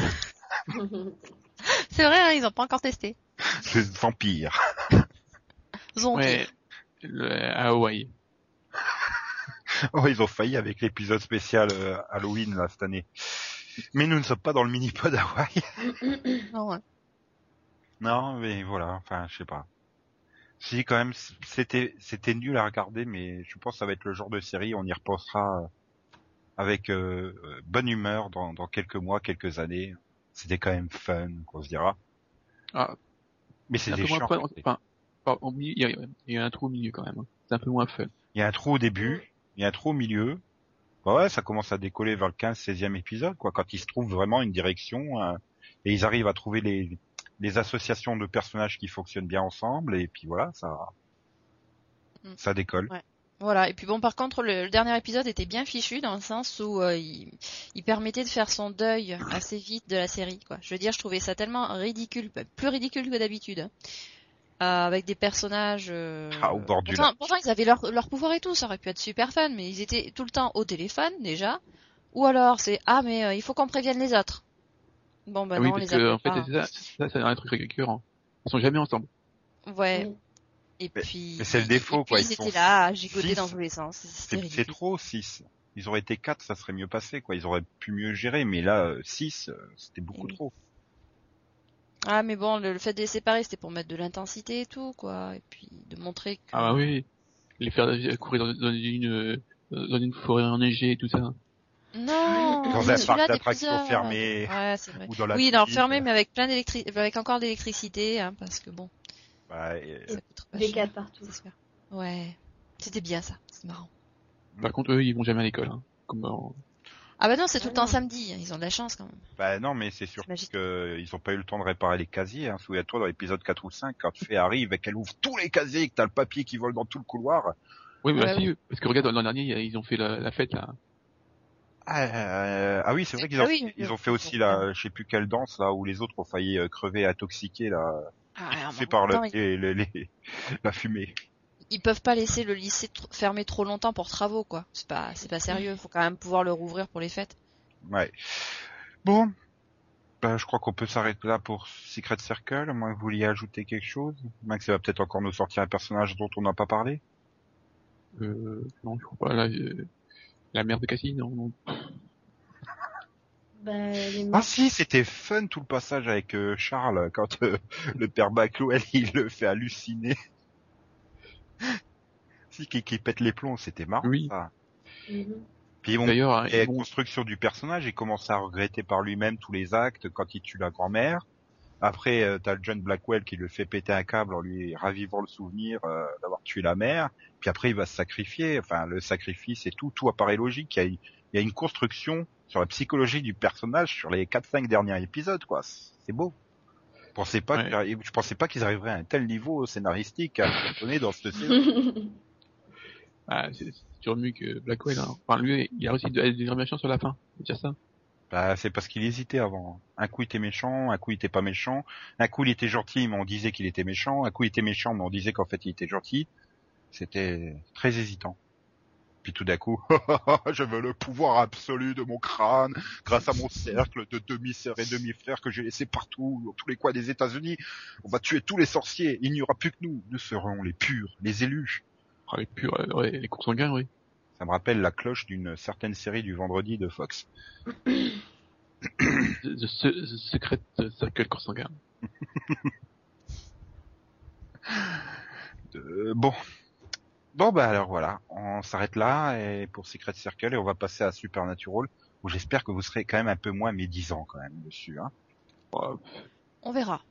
C'est vrai, hein, ils ont pas encore testé. Le vampire. Zombie. Ouais, à Hawaï. Oh, ils ont failli avec l'épisode spécial Halloween là cette année. Mais nous ne sommes pas dans le mini-pod Hawaï. Non, ouais. Non, mais voilà, enfin, je sais pas. Si, quand même, c'était nul à regarder, mais je pense que ça va être le genre de série, on y repensera avec bonne humeur dans quelques mois, quelques années. C'était quand même fun, qu'on se dira. Ah, Mais c'est un c'était peu moins chiant. fun. Enfin, au milieu, il y a un trou au milieu quand même. Hein. C'est un peu moins fun. Il y a un trou au début, il y a un trou au milieu. Bah ouais, ça commence à décoller vers le 15-16e épisode, quoi, quand ils se trouvent vraiment une direction, et ils arrivent à trouver les associations de personnages qui fonctionnent bien ensemble, et puis voilà, ça décolle. Ouais. Voilà, et puis bon, par contre, le dernier épisode était bien fichu dans le sens où il permettait de faire son deuil assez vite de la série, quoi. Je veux dire, je trouvais ça tellement ridicule, plus ridicule que d'habitude, hein. Avec des personnages. Au bord du lac. Pourtant, ils avaient leur pouvoir et tout, ça aurait pu être super fun, mais ils étaient tout le temps au téléphone déjà. Ou alors, c'est mais il faut qu'on prévienne les autres. Bon, bah Ah non, oui, on parce les que, appelle en fait, pas. c'est un truc récurrent. Ils sont jamais ensemble. Ouais. Oui. Et puis. mais c'est le défaut, et puis quoi, ils ils étaient sont là à gigoter six. dans tous les sens. C'était C'est ridicule. trop, 6. Ils auraient été 4, ça serait mieux passé, quoi. Ils auraient pu mieux gérer, mais là, 6, c'était beaucoup oui. trop. Ah, mais bon, le fait de les séparer, c'était pour mettre de l'intensité et tout, quoi. Et puis de montrer que. Ah bah oui. Les faire courir dans une forêt enneigée et tout ça. Non, Dans mais un celui-là parc d'attractions d'épisode. fermé, Ouais, c'est vrai. ou dans la Oui, alors piscine. fermé, mais avec avec encore d'électricité, hein, parce que bon, Bah, ça coûte pas Des cher, cadres partout. c'est sûr. Ouais, c'était bien ça, c'est marrant. Par contre, eux, ils vont jamais à l'école. Hein. Comme Ah bah non, c'est tout le Ah temps non. samedi, ils ont de la chance quand même. bah non, mais c'est C'est surtout magique. qu'ils ont pas eu le temps de réparer les casiers, hein. Souviens-toi, dans l'épisode 4 ou 5, quand Fée arrive et qu'elle ouvre tous les casiers et que t'as le papier qui vole dans tout le couloir. Oui, mais Ouais, si, parce que regarde, l'an dernier, ils ont fait la fête, là. Ah oui, c'est vrai qu'ils Ah ont, oui, ils ont fait aussi la, je sais plus quelle danse, là, où les autres ont failli crever intoxiqués, là, Ah, ouais, fait en par même temps, la fumée. ils peuvent pas laisser le lycée fermé trop longtemps pour travaux, quoi. C'est pas sérieux, faut quand même pouvoir le rouvrir pour les fêtes. Ouais. Bon. Bah, je crois qu'on peut s'arrêter là pour Secret Circle, à moins que vous vouliez ajouter quelque chose. Max, ça va peut-être encore nous sortir un personnage dont on n'a pas parlé. Non, je crois pas, là, la mère de Cassie, non. Bah, les Ah morts. si, c'était fun tout le passage avec Charles, quand le père Bacloel, il le fait halluciner. Si, qui pète les plombs, c'était marrant, Oui. ça. Mhm. Puis bon, D'ailleurs, et la bon, construction du personnage, il commence à regretter par lui-même tous les actes quand il tue la grand-mère. Après, t'as le John Blackwell qui le fait péter un câble en lui ravivant le souvenir d'avoir tué la mère. Puis après, il va se sacrifier. Enfin, le sacrifice et tout apparaît logique. Il y a une construction sur la psychologie du personnage sur les 4-5 derniers épisodes, quoi. C'est beau. Je pensais pas qu'ils arriveraient à un tel niveau scénaristique à un moment donné dans cette série. c'est toujours mieux que Blackwell, hein. Enfin, lui, il a réussi à devenir méchant sur la fin. C'est dire ça. Bah, c'est parce qu'il hésitait avant. Un coup il était méchant, un coup il était pas méchant, un coup il était gentil mais on disait qu'il était méchant, un coup il était méchant mais on disait qu'en fait il était gentil. C'était très hésitant. Puis tout d'un coup, je veux le pouvoir absolu de mon crâne, grâce à mon cercle de demi-sœurs et demi-frères que j'ai laissé partout, dans tous les coins des États-Unis. On va tuer tous les sorciers, il n'y aura plus que nous. Nous serons les purs, les élus. Ah, les purs, ouais, les cours sanguins, oui. Ça me rappelle la cloche d'une certaine série du vendredi de Fox. The Secret Circle cours sanguin. Bon. Bon bah alors voilà, on s'arrête là et pour Secret Circle et on va passer à Supernatural où j'espère que vous serez quand même un peu moins médisant quand même dessus. Hein. On verra.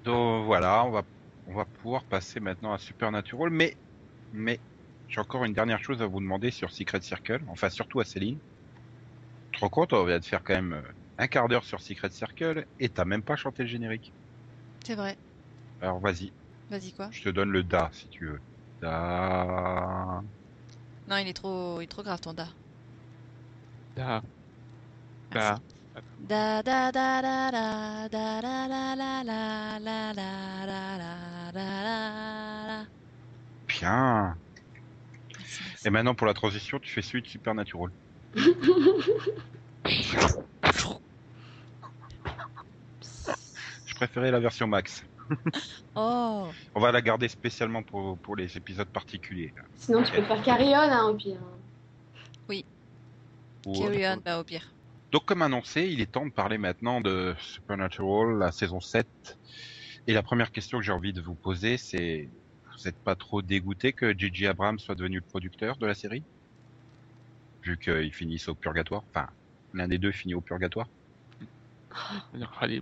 Donc voilà, on va pouvoir passer maintenant à Supernatural, mais j'ai encore une dernière chose à vous demander sur Secret Circle, enfin surtout à Céline. Tu te rends compte, on vient de faire quand même un quart d'heure sur Secret Circle et t'as même pas chanté le générique. C'est vrai. Alors vas-y, Vas-y, quoi. je te donne le da si tu veux. Da. Non, il est trop grave, ton da. Da, Merci. da. Da da da da da da da la la la la la la la la la. Bien. Merci, merci. Et maintenant pour la transition, tu fais celui de Supernatural. Je préférais la version max. Oh, On va la garder spécialement pour les épisodes particuliers. Sinon, tu peux faire Carry On, hein, au pire. Ou carry autre. on, bah au pire. Donc comme annoncé, il est temps de parler maintenant de Supernatural, la saison 7. Et la première question que j'ai envie de vous poser, c'est vous n'êtes pas trop dégoûté que J.J. Abrams soit devenu le producteur de la série? Vu qu'ils finissent au purgatoire. Enfin, l'un des deux finit au purgatoire. Allez,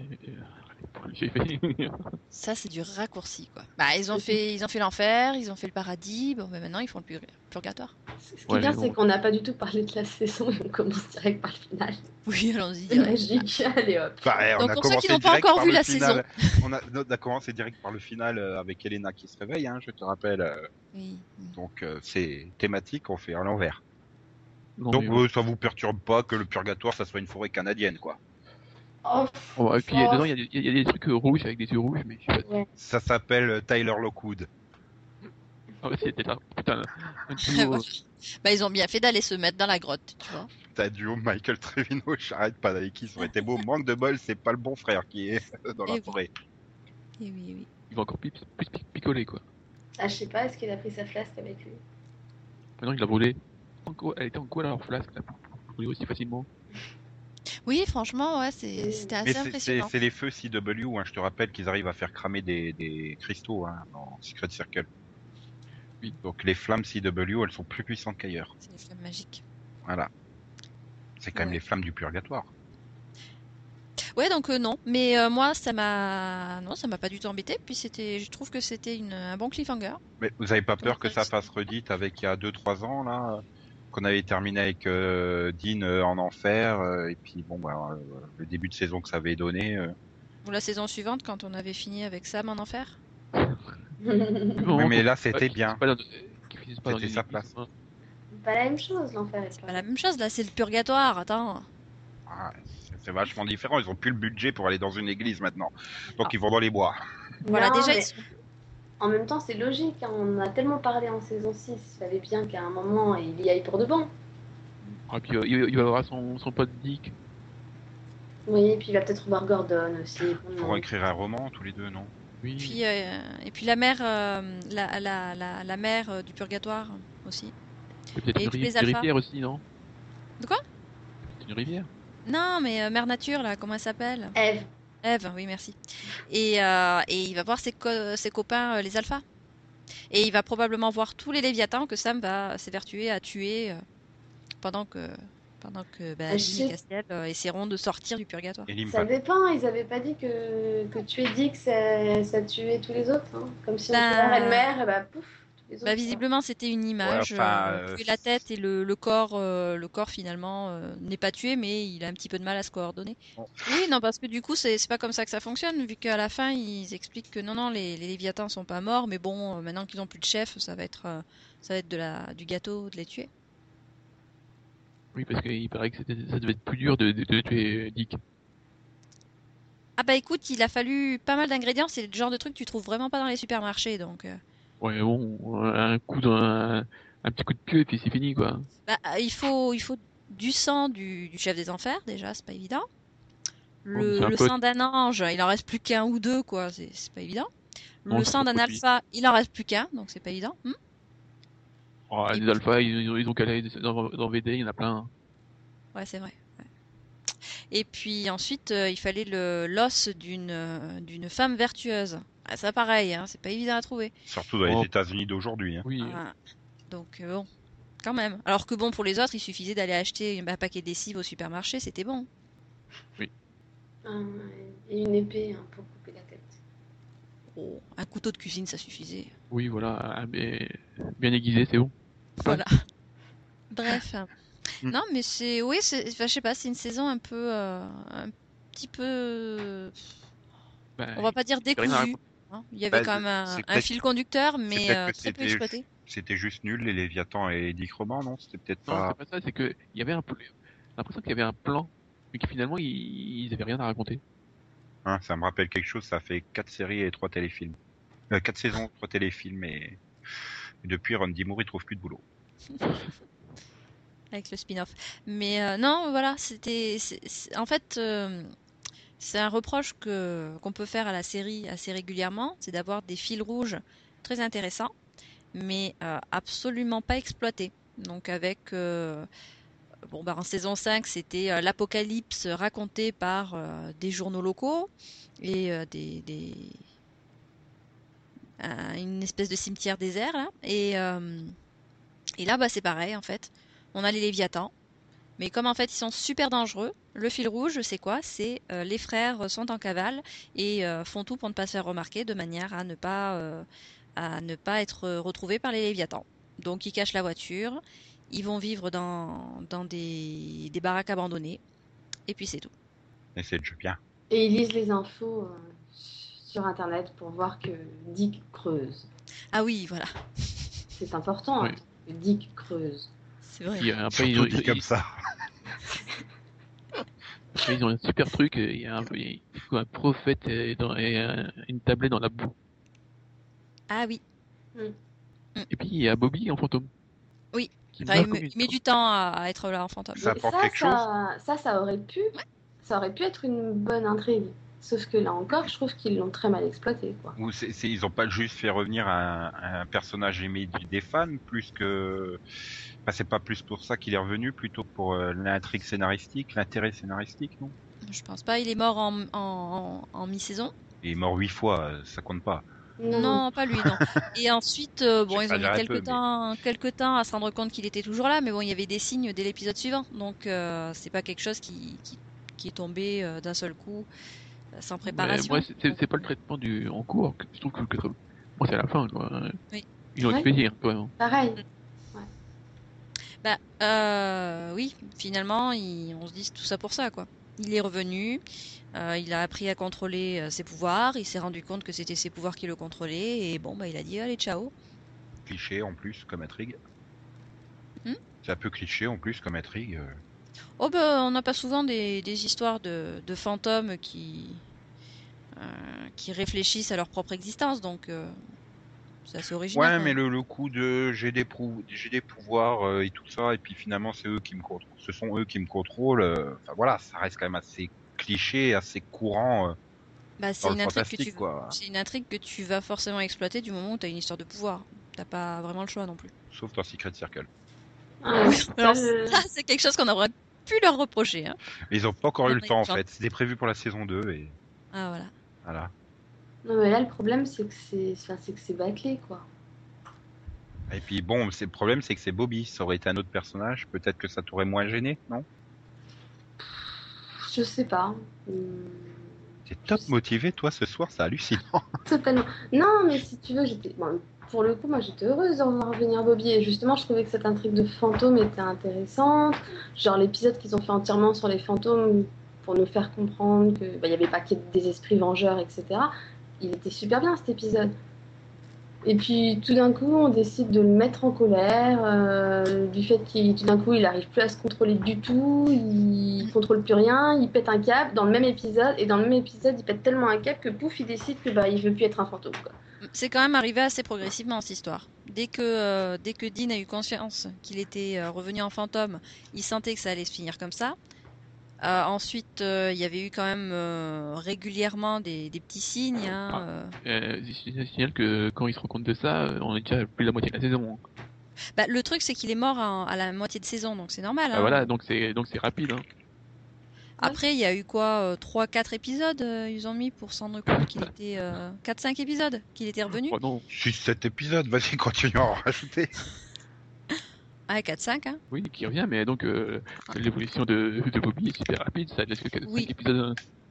j'ai fait. Ça, c'est du raccourci, quoi. Bah, ils ont fait l'enfer, ils ont fait le paradis. Bon, mais maintenant, ils font le purgatoire. Ce qui est Ouais, bien, mais c'est bon. qu'on n'a pas du tout parlé de la saison et on commence direct par le final. Oui, allons-y. C'est magique. Allez hop. Enfin, on Donc, a pour ceux commencé qui n'ont pas direct encore par vu le la final. On a commencé direct par le final avec Elena qui se réveille, hein, je te rappelle. Oui. Donc c'est thématique, on fait à l'envers. Non, Donc mais bon. ça vous perturbe pas que le purgatoire ça soit une forêt canadienne, quoi. Oh, Et puis dedans, il y a des trucs rouges avec des yeux rouges, mais je sais pas. ouais. Ça s'appelle Tyler Lockwood. Ah ouais, c'était ça. Putain, un duo. Bah, ils ont bien fait d'aller se mettre dans la grotte, tu vois. T'as duo Michael Trevino, j'arrête pas avec qui ça aurait été beau. Manque de bol, c'est pas le bon frère qui est dans la Eh oui. forêt. Eh oui, eh oui. Il va encore plus picoler, quoi. Ah, je sais pas, est-ce qu'il a pris sa flasque avec lui? Maintenant, il l'a brûlé. Elle était en quoi, là, leur flasque, là, pour brûler aussi facilement? Oui, franchement, ouais, c'était Mais assez impressionnant. c'est les feux CW, hein. Je te rappelle qu'ils arrivent à faire cramer des cristaux, hein, dans Secret Circle. Oui. Donc les flammes CW, elles sont plus puissantes qu'ailleurs. C'est les flammes magiques. Voilà. C'est quand même Ouais. les flammes du purgatoire. Ouais, donc non. Mais moi, ça m'a pas du tout embêté. Puis je trouve que c'était un bon cliffhanger. Mais vous avez pas peur Donc, que ça fasse redite avec il y a 2-3 ans, là, qu'on avait terminé avec Dean en enfer, et puis bon, bah, le début de saison que ça avait donné. Ou la saison suivante, quand on avait fini avec Sam en enfer. Oui, mais là, c'était bien. C'était sa place. Pas la même chose, l'enfer. C'est pas la même chose, là, c'est le purgatoire. Attends. Ah, c'est vachement différent. Ils ont plus le budget pour aller dans une église maintenant. Donc ils vont dans les bois. Voilà, Non, déjà, mais ils sont... en même temps, c'est logique. Hein. On en a tellement parlé en saison 6. Il fallait bien qu'à un moment, il y aille pour de bon. Et puis il va avoir son pote Dick. Oui, et puis il va peut-être revoir Gordon aussi. Pour écrire un roman, tous les deux, non? Oui. Puis, et puis la mère, la mère du purgatoire aussi. Et peut-être Et une, tous les une alphas. rivière aussi, non? De quoi? Une rivière. Non, mais Mère Nature, là, comment elle s'appelle? Eve. Eve, oui, merci. Et il va voir ses copains, les alphas. Et il va probablement voir tous les léviathans que Sam va s'évertuer à tuer pendant que bah, Ah, Dean et Castiel essaieront de sortir du purgatoire. Et Ça dépend, ils avaient pas dit que tuer Dick, ça tuait tous les autres. Hein. Comme si on tuait la reine-mère, et bah pouf, tous les autres. Bah, visiblement, c'était une image. Ouais, enfin, que la tête et le corps finalement n'est pas tué, mais il a un petit peu de mal à se coordonner. Bon. Oui, non, parce que du coup, c'est pas comme ça que ça fonctionne, vu qu'à la fin, ils expliquent que non, les Léviathans sont pas morts, mais bon, maintenant qu'ils ont plus de chef, ça va être du gâteau de les tuer. Oui, parce qu'il paraît que ça devait être plus dur de tuer Dick. Ah bah écoute, il a fallu pas mal d'ingrédients, c'est le genre de truc que tu trouves vraiment pas dans les supermarchés, donc... Ouais, bon, un petit coup de pieu et puis c'est fini, quoi. Bah, il faut du sang du chef des enfers, déjà, c'est pas évident. mais c'est un Le pote. sang d'un ange, il en reste plus qu'un ou deux, quoi, c'est pas évident. Non, Le c'est sang pas d'un possible. alpha, il en reste plus qu'un, donc c'est pas évident. Oh, Et les alphas, ils ont calé dans VD, il y en a plein. Ouais, c'est vrai. Ouais. Et puis ensuite, il fallait l'os d'une femme vertueuse. Ah, ça pareil, hein, c'est pas évident à trouver. Surtout dans les États-Unis d'aujourd'hui. Hein. Oui. Ah, donc bon, quand même. Alors que bon, pour les autres, il suffisait d'aller acheter un paquet de lessive au supermarché, c'était bon. Et une épée hein, pour couper la tête. Oh, un couteau de cuisine, ça suffisait. Oui, voilà, mais bien aiguisé, c'est bon. Voilà. Bref. Mm. Non, mais enfin, je sais pas, c'est une saison un petit peu, Bah, on va pas dire il y a rien à décousue. raconter. Hein. Il y avait Bah, quand même c'est un peut-être fil conducteur, c'est mais peut-être que très peu exploité. c'était juste nul, les Léviathans et Dick Roman, non? C'était peut-être Non, c'est pas... pas ça, c'est que il y avait j'ai l'impression qu'il y avait un plan, mais que finalement, ils avaient rien à raconter. Hein, ça me rappelle quelque chose, ça fait 4 séries et 3 téléfilms. 4 saisons, 3 téléfilms et depuis Ron Dimour il trouve plus de boulot. Avec le spin-off. Mais non, voilà, en fait, c'est un reproche qu'on peut faire à la série assez régulièrement, c'est d'avoir des fils rouges très intéressants, mais absolument pas exploités. Donc avec en saison 5, c'était l'apocalypse raconté par des journaux locaux et une espèce de cimetière désert là. Et là, c'est pareil en fait. On a les Léviathans, mais comme en fait ils sont super dangereux, le fil rouge, c'est quoi? C'est les frères sont en cavale et font tout pour ne pas se faire remarquer, de manière à ne pas être retrouvés par les Léviathans. Donc ils cachent la voiture, ils vont vivre dans des baraques abandonnées, et puis c'est tout. Et c'est déjà bien. Et ils lisent les infos sur Internet pour voir que Dick creuse. Ah oui, voilà, C'est important, Oui. hein, que Dick creuse. c'est vrai. Puis après, Surtout dit comme ça. après, ils ont un super truc, il y a un prophète et une tablette dans la boue. Ah oui, Et puis il y a Bobby en fantôme. oui. Qui Enfin, meurt il comme une met du temps à être là en fantôme. Ça Mais apporte quelque ça aurait pu être une bonne intrigue. Sauf que là encore, je trouve qu'ils l'ont très mal exploité, quoi. Ou ils ont pas juste fait revenir un personnage aimé des fans, plus que... Enfin, c'est pas plus pour ça qu'il est revenu, plutôt pour l'intrigue scénaristique, l'intérêt scénaristique, non? Je pense pas, il est mort en mi-saison. Il est mort 8 fois, ça compte pas. Non, pas lui, non. Et ensuite, ils ont mis J'exagère un peu, quelques temps à se rendre compte qu'il était toujours là, mais bon, il y avait des signes dès l'épisode suivant, donc c'est pas quelque chose qui est tombé d'un seul coup, sans Mais préparation. moi, c'est pas le traitement en cours. Je trouve que moi, c'est à la fin, quoi. Oui. Ils ont Ouais. expédié, quoi. Pareil. Oui, finalement, on se dit tout ça pour ça, quoi. Il est revenu, il a appris à contrôler ses pouvoirs, il s'est rendu compte que c'était ses pouvoirs qui le contrôlaient, et bon, il a dit allez, ciao. Cliché en plus, comme intrigue. Hmm. C'est un peu cliché en plus, comme intrigue. Oh on n'a pas souvent des histoires de fantômes qui réfléchissent à leur propre existence, donc c'est assez original. Ouais, quand mais même. le coup de j'ai des pouvoirs et tout ça, et puis finalement c'est eux qui me contrôlent, ce sont eux qui me contrôlent. Enfin voilà, ça reste quand même assez cliché, assez courant C'est dans le une intrigue fantastique, quoi. c'est une intrigue que tu vas forcément exploiter du moment où tu as une histoire de pouvoir. T'as pas vraiment le choix non plus. Sauf dans Secret Circle. Ah, Alors ça, ça, c'est quelque chose qu'on aurait pu leur reprocher. Hein. Mais ils ont pas encore eu le Ouais, temps en genre- fait. C'était prévu pour la saison 2 et Ah voilà. voilà. Non, mais là, le problème, c'est que c'est bâclé, quoi. Et puis bon, le problème c'est que c'est Bobby. Ça aurait été un autre personnage, peut-être que ça t'aurait moins gêné, non? Je sais pas. T'es top motivé toi ce soir, c'est hallucinant. Totalement. Non, mais si tu veux, pour le coup, moi, j'étais heureuse de revoir revenir Bobby. Et justement, je trouvais que cette intrigue de fantômes était intéressante. Genre l'épisode qu'ils ont fait entièrement sur les fantômes pour nous faire comprendre que il y avait pas que des esprits vengeurs, etc. Il était super bien cet épisode. Et puis tout d'un coup, on décide de le mettre en colère du fait qu'il tout d'un coup, il arrive plus à se contrôler du tout, il contrôle plus rien, il pète un câble dans le même épisode, et dans le même épisode, il pète tellement un câble que pouf, il décide que il veut plus être un fantôme, quoi. C'est quand même arrivé assez progressivement cette histoire. Dès que Dean a eu conscience qu'il était revenu en fantôme, il sentait que ça allait se finir comme ça. Ensuite, il y avait eu quand même régulièrement des petits signes. Hein, Je signale que quand ils se rendent compte de ça, on est déjà plus de la moitié de la saison. Le truc, c'est qu'il est mort à la moitié de saison, donc c'est normal. Hein. Voilà, donc c'est rapide. Hein. Après, il y a eu quoi 3-4 épisodes ils ont mis pour se rendre compte qu'il était... 4-5 épisodes qu'il était revenu. Oh non. 6-7 épisodes, vas-y, continue à en rajouter. Ah, 4-5, hein. Oui, qui revient, mais donc l'évolution de Bobby est super rapide, ça laisse que 5 Oui. épisodes.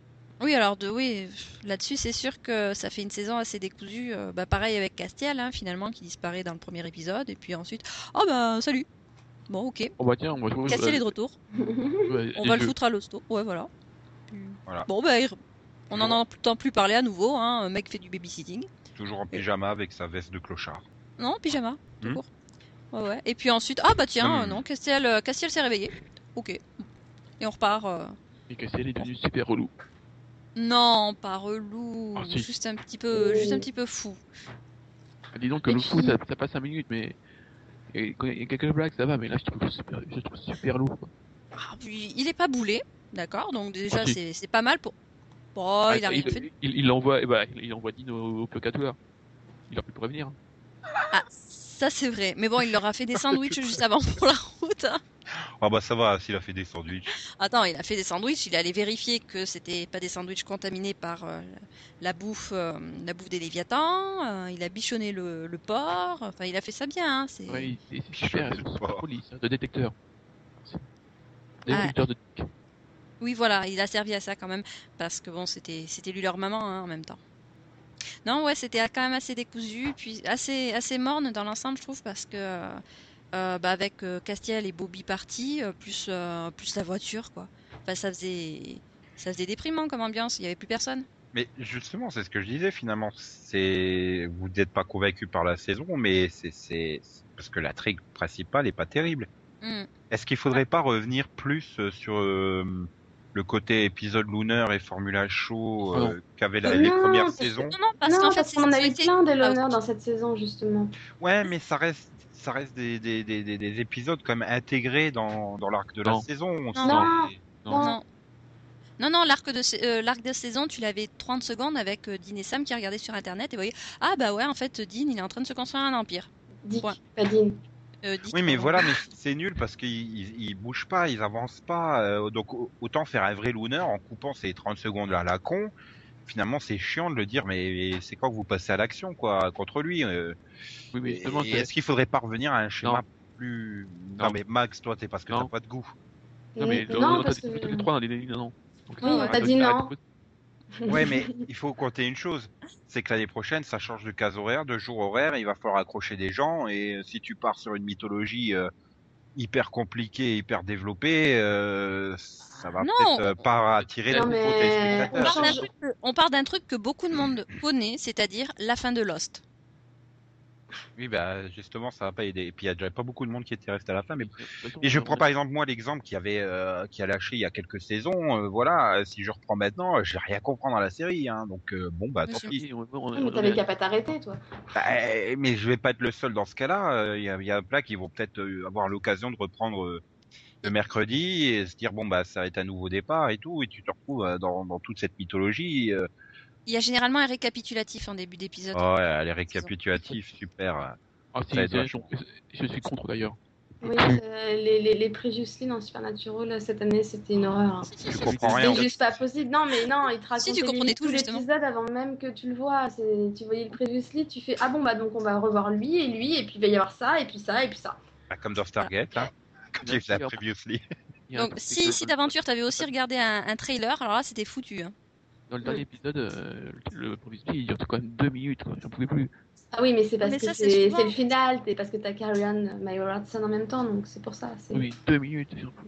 Oui, alors là-dessus, c'est sûr que ça fait une saison assez décousue. Pareil avec Castiel, hein, finalement, qui disparaît dans le premier épisode, et puis ensuite, oh bah salut. Bon, ok. Oh bah tiens, moi je trouve. Castiel est de retour. On va le jeux. foutre à l'hosto. Ouais, voilà. Voilà. Bon, on en entend plus parler à nouveau. Hein. Un mec fait du babysitting. Toujours en pyjama avec sa veste de clochard. Non, pyjama, tout Hmm. court. Ouais. Et puis ensuite, ah bah tiens, Hmm. non, Castiel s'est réveillé. Ok. Et on repart. Et que elle est devenue super relou. Non, pas relou. Ah, si. Juste un petit peu fou. Dis donc que Et le puis- fou, ça passe 5 minutes, mais. Et quand il y a quelques blagues, ça va, mais là je trouve super lourd. Quoi. Ah, puis, il est pas boulé, d'accord. Donc déjà, Ah, si. c'est pas mal pour. Bon, il a rien fait. Il envoie Dean au purgatoire. Il aurait pu prévenir. Ah, ça c'est vrai. Mais bon, il leur a fait des sandwichs juste avant pour la route. Hein. Ah bah ça va, s'il a fait des sandwichs. Attends, il a fait des sandwichs. Il est allé vérifier que c'était pas des sandwichs contaminés par la bouffe des Léviathans. Il a bichonné le porc. Enfin, il a fait ça bien. Hein. C'est... Ouais, c'est super, Je sais pas. police, de détecteur. Ah. Détecteur de. Oui, voilà, il a servi à ça quand même, parce que bon, c'était lui leur maman hein, en même temps. Non, ouais, c'était quand même assez décousu, puis assez morne dans l'ensemble, je trouve, parce que avec Castiel et Bobby partis, plus la voiture, quoi. Enfin, ça faisait déprimant comme ambiance, il y avait plus personne. Mais justement, c'est ce que je disais finalement. Vous n'êtes pas convaincu par la saison, mais c'est parce que l'intrigue principale est pas terrible. Hmm. Est-ce qu'il faudrait pas revenir plus sur le côté épisode Lunar et Formula Show Non. qu'avaient Non, les premières parce que- saisons? Non, parce Non, qu'en fait, parce qu'on en a eu c'était- plein des Ah, l'honneur dans cette saison, justement. Ouais, mais ça reste des épisodes comme intégrés dans l'arc de la Non. saison. On Non. sent- Non. Non, l'arc de saison, tu l'avais 30 secondes avec Dean et Sam qui regardaient sur internet et voyaient ah bah ouais, en fait, Dean, il est en train de se construire un empire. Dick, Ouais. pas Dean. Dick, Oui, mais pardon. voilà, mais c'est nul parce qu'ils bougent pas, ils avancent pas. Donc autant faire un vrai Lunar en coupant ces 30 secondes là à la con. Finalement, c'est chiant de le dire, mais c'est quand que vous passez à l'action, quoi, contre lui. Oui, mais justement, Et est-ce qu'il faudrait pas revenir à un schéma Non. plus... Non. Non, mais Max, toi, t'es parce que Non. t'as pas de goût. Non, mais Non, parce t'as que... dit 3 dans les non. Donc, Oui, on t'a dit non. Ouais, mais il faut compter une chose, c'est que l'année prochaine, ça change de case horaire, de jour horaire, il va falloir accrocher des gens, et si tu pars sur une mythologie hyper compliquée, hyper développée, ça va Non. peut-être pas attirer Non, trop mais- de On téléspectateurs. part, d'un change- truc que, on part d'un truc que beaucoup de monde connaît, c'est-à-dire la fin de Lost. Oui, bah justement, ça va pas aider. Et puis il y a déjà pas beaucoup de monde qui était resté à la fin, mais et je prends par exemple moi l'exemple qui a lâché il y a quelques saisons. Voilà, si je reprends maintenant, je vais rien comprendre à la série, hein. Donc bon bah tant Monsieur. pis. Mais t'avais qu'à pas t'arrêter, toi. Bah, mais je vais pas être le seul dans ce cas-là. Il y a plein qui vont peut-être avoir l'occasion de reprendre le mercredi et se dire bon bah ça va être un nouveau départ et tout, et tu te retrouves dans toute cette mythologie. Il y a généralement un récapitulatif en début d'épisode. Oh, ouais, les récapitulatifs, super. Ah si, Ça tiens, doit je suis contre d'ailleurs. Oui, les Previously dans Supernatural, cette année, c'était une horreur. Hein. Tu comprends rien. C'est juste pas possible. Non, mais non, il te racontait Si, tu comprenais limite tout, justement. l'épisode avant même que tu le vois. Tu voyais le Previously, tu fais ah bon bah donc on va revoir lui, et puis il va y avoir ça, et puis ça, et puis ça. Bah, comme dans Stargate, hein. Quand il faisait la Previously. Il y a un Donc, truc si d'aventure t'avais aussi regardé un trailer, alors là c'était foutu. Hein. Dans le dernier épisode, le Previously, il dure quand même 2 minutes, quoi. J'en pouvais plus. Ah oui, mais c'est parce Mais que ça, c'est c'est souvent. le final, et parce que t'as Carrie-Anne Mayer-Hudson en même temps, donc c'est pour ça. Oui, 2 minutes.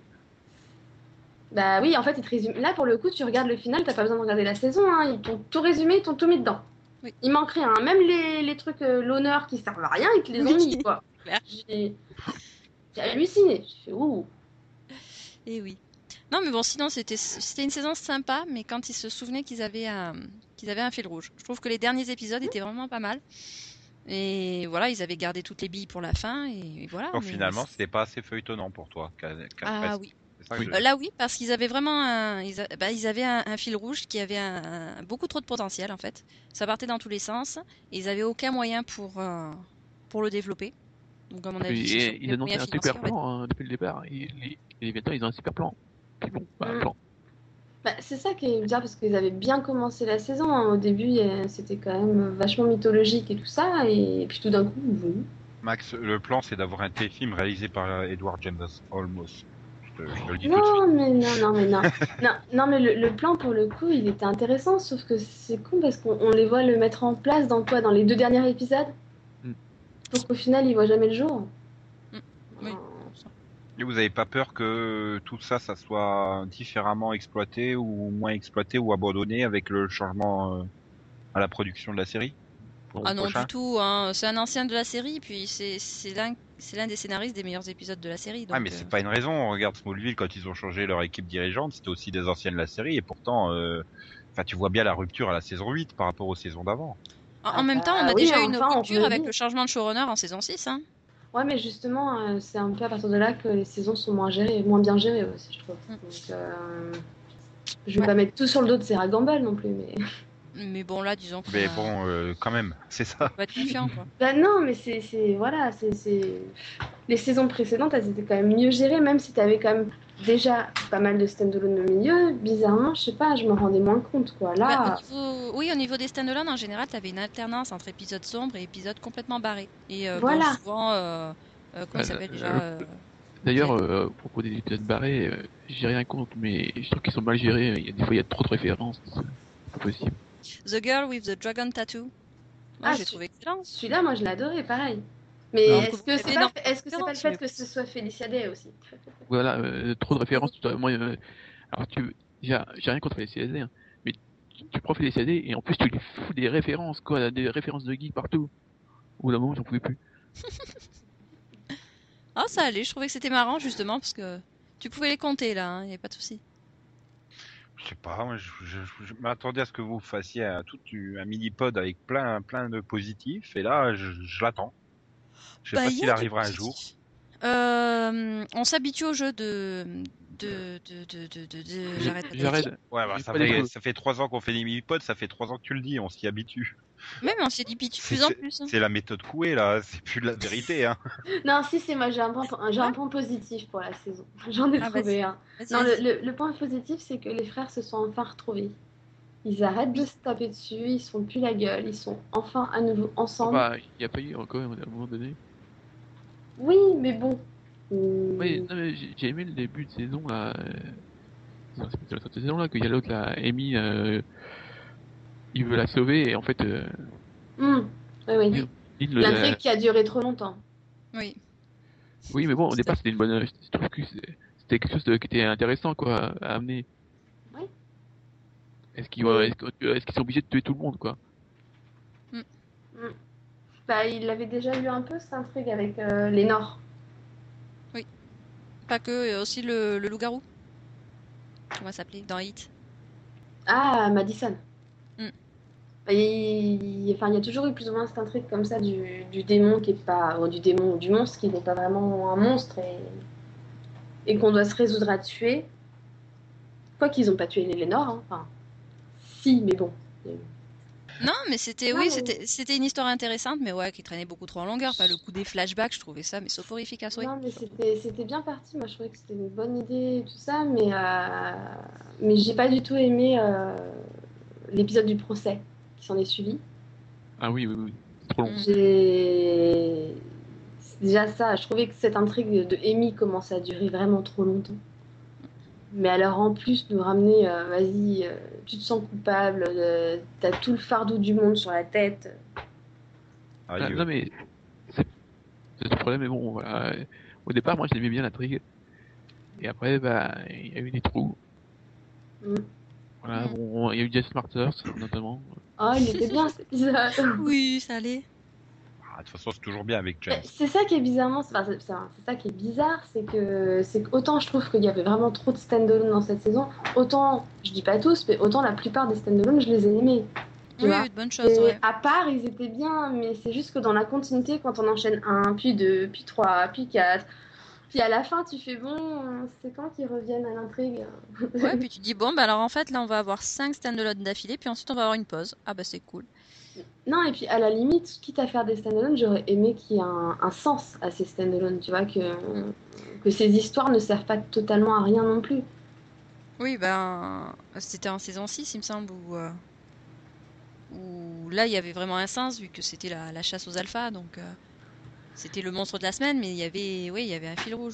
Bah oui, en fait, ils te résument. Là, pour le coup, tu regardes le final, t'as pas besoin de regarder la saison, hein. Ils t'ont tout résumé, ils t'ont tout mis dedans. Oui. Il manque rien, hein. Même les trucs l'honneur qui servent à rien, ils te les ont mis, quoi. Clair. J'ai halluciné. J'ai fait ouh. Et oui. Non, mais bon, sinon c'était une saison sympa, mais quand ils se souvenaient qu'ils avaient un fil rouge. Je trouve que les derniers épisodes étaient vraiment pas mal. Et voilà, ils avaient gardé toutes les billes pour la fin, et voilà. Donc mais- finalement, c'était pas assez feuilletonnant pour toi. Ah presque. oui. C'est ça que je- Là oui, parce qu'ils avaient vraiment ils avaient un fil rouge qui avait beaucoup trop de potentiel en fait. Ça partait dans tous les sens et ils avaient aucun moyen pour le développer. Donc à mon avis, c'est surtout Ils les annonçaient un moyens super financiers, en fait. plan hein, depuis le départ. Les Léviathans, ils ont un super plan. Puis bon, bah, un plan. Bah, c'est ça qui est bizarre parce qu'ils avaient bien commencé la saison. Hein. Au début, c'était quand même vachement mythologique et tout ça. Et puis tout d'un coup, Max, le plan, c'est d'avoir un téléfilm réalisé par Edward James Olmos. Je te le dis tout de suite. Non, mais non, mais le plan pour le coup, il était intéressant, sauf que c'est con parce qu'on les voit le mettre en place dans les 2 derniers épisodes, pour qu'au final, il voit jamais le jour. Oui. Et vous avez pas peur que tout ça, ça soit différemment exploité ou moins exploité ou abandonné avec le changement à la production de la série pour Ah le non, prochain du tout. Hein. C'est un ancien de la série, puis c'est l'un des scénaristes des meilleurs épisodes de la série. Donc, Ah mais c'est pas une raison. Regarde Smallville quand ils ont changé leur équipe dirigeante, c'était aussi des anciens de la série et pourtant, enfin tu vois bien la rupture à la saison 8 par rapport aux saisons d'avant. En même temps, on a oui, déjà eu une enfin, on rupture peut avec dire. le changement de showrunner en saison 6. Hein. Ouais, mais justement, c'est un peu à partir de là que les saisons sont moins bien gérées aussi, je trouve. Donc, je vais pas mettre tout sur le dos de Sarah Gamble non plus, mais. Mais bon, là, disons que Mais bon, quand même, c'est ça. faut être confiant, quoi. Bah non, mais voilà, les saisons précédentes, elles étaient quand même mieux gérées, même si t'avais quand même déjà pas mal de stand-alone au milieu. Bizarrement, je sais pas, je me rendais moins compte, quoi. Là, Au niveau des stand-alone, en général, t'avais une alternance entre épisodes sombres et épisodes complètement barrés. Et voilà. bon, souvent, comment il s'appelle déjà D'ailleurs, au propos des épisodes barrés, j'ai rien contre, mais je trouve qu'ils sont mal gérés. Des fois, il y a trop de références. C'est pas possible. The Girl with the Dragon Tattoo. Moi, j'ai trouvé excellent. Celui-là, moi, je l'ai adoré, pareil. Mais Alors, est-ce que c'est pas le fait que ce soit Felicia Day aussi? Voilà, trop de références. Moi, alors j'ai rien contre les CSD, hein, mais tu prends les CSD et en plus tu lui fous des références, quoi, des références de geek partout. Au bout d'un moment, j'en pouvais plus. Ah, ça allait. Je trouvais que c'était marrant, justement, parce que tu pouvais les compter, là. Il n'y avait pas de souci. Je sais pas, moi, je m'attendais à ce que vous fassiez un mini-pod avec plein de positifs, et là, je l'attends. Je sais pas s'il arrivera un jour. On s'habitue au jeu J'arrête. Ouais, bah, ça fait 3 ans qu'on fait des mini-pods, ça fait 3 ans que tu le dis, on s'y habitue. Même on s'y habitue de plus en plus. Hein. C'est la méthode Coué, là, c'est plus de la vérité, hein. Non, si, c'est moi, j'ai un point positif pour la saison. J'en ai trouvé un. Non, le point positif, c'est que les frères se sont enfin retrouvés. Ils arrêtent de se taper dessus, ils se font plus la gueule, ils sont enfin à nouveau ensemble. Bah, il n'y a pas eu encore à un moment donné. Oui, mais bon. Oui, non, mais j'ai aimé le début de saison, là. C'est la saison, là, qu'il y a l'autre, là, Amy, il veut la sauver, et en fait... Oui. L'intrigue qui a duré trop longtemps. Oui. Oui, mais bon, au départ, c'était une bonne... Je trouve que c'était quelque chose qui était intéressant, quoi, à amener. Oui. Est-ce qu'ils sont obligés de tuer tout le monde, quoi? Bah, il avait déjà eu un peu cette intrigue avec Lénore. Oui. Pas que, aussi le loup-garou. Comment ça s'appelait dans Hit? Ah, Madison. Il y a toujours eu plus ou moins cette intrigue comme ça du démon qui est pas... du démon ou du monstre qui n'est pas vraiment un monstre et qu'on doit se résoudre à tuer. Quoi qu'ils n'ont pas tué Lénore, hein. Enfin, si, mais bon. Non, mais c'était une histoire intéressante, mais ouais, qui traînait beaucoup trop en longueur. Pas le coup des flashbacks, je trouvais ça, mais soporifique à souhait. Non, mais c'était bien parti. Moi, je trouvais que c'était une bonne idée et tout ça, mais j'ai pas du tout aimé l'épisode du procès qui s'en est suivi. Ah oui, c'est trop long. C'est déjà ça. Je trouvais que cette intrigue de Amy commençait à durer vraiment trop longtemps. Mais alors en plus nous ramener, vas-y, tu te sens coupable, t'as tout le fardeau du monde sur la tête. Non mais c'est le problème, mais bon, voilà. Au départ, moi, j'aimais bien l'intrigue. Et après, bah, il y a eu des trous. Voilà, bon, il y a eu Jess Martyrs, notamment. Oh, il était bien cet épisode. Oui, ça allait. De toute façon, c'est toujours bien avec James. C'est ça qui est bizarrement, c'est ça qui est bizarre, c'est que autant je trouve qu'il y avait vraiment trop de stand-alone dans cette saison, autant, je dis pas tous, mais autant la plupart des stand-alone, je les ai aimés. Oui, de bonnes choses, ouais. À part, ils étaient bien, mais c'est juste que dans la continuité, quand on enchaîne 1, puis 2, puis 3, puis 4, puis à la fin, tu fais bon, c'est quand qu'ils reviennent à l'intrigue? Ouais, puis tu dis bon, bah alors en fait, là, on va avoir 5 stand-alone d'affilée, puis ensuite on va avoir une pause. Ah bah c'est cool. Non, et puis à la limite, quitte à faire des stand-alone, j'aurais aimé qu'il y ait un sens à ces stand-alone, tu vois, que ces histoires ne servent pas totalement à rien non plus. Oui, ben, c'était en saison 6, il me semble, où là, il y avait vraiment un sens, vu que c'était la chasse aux alphas, donc c'était le monstre de la semaine, mais il y avait un fil rouge, quoi.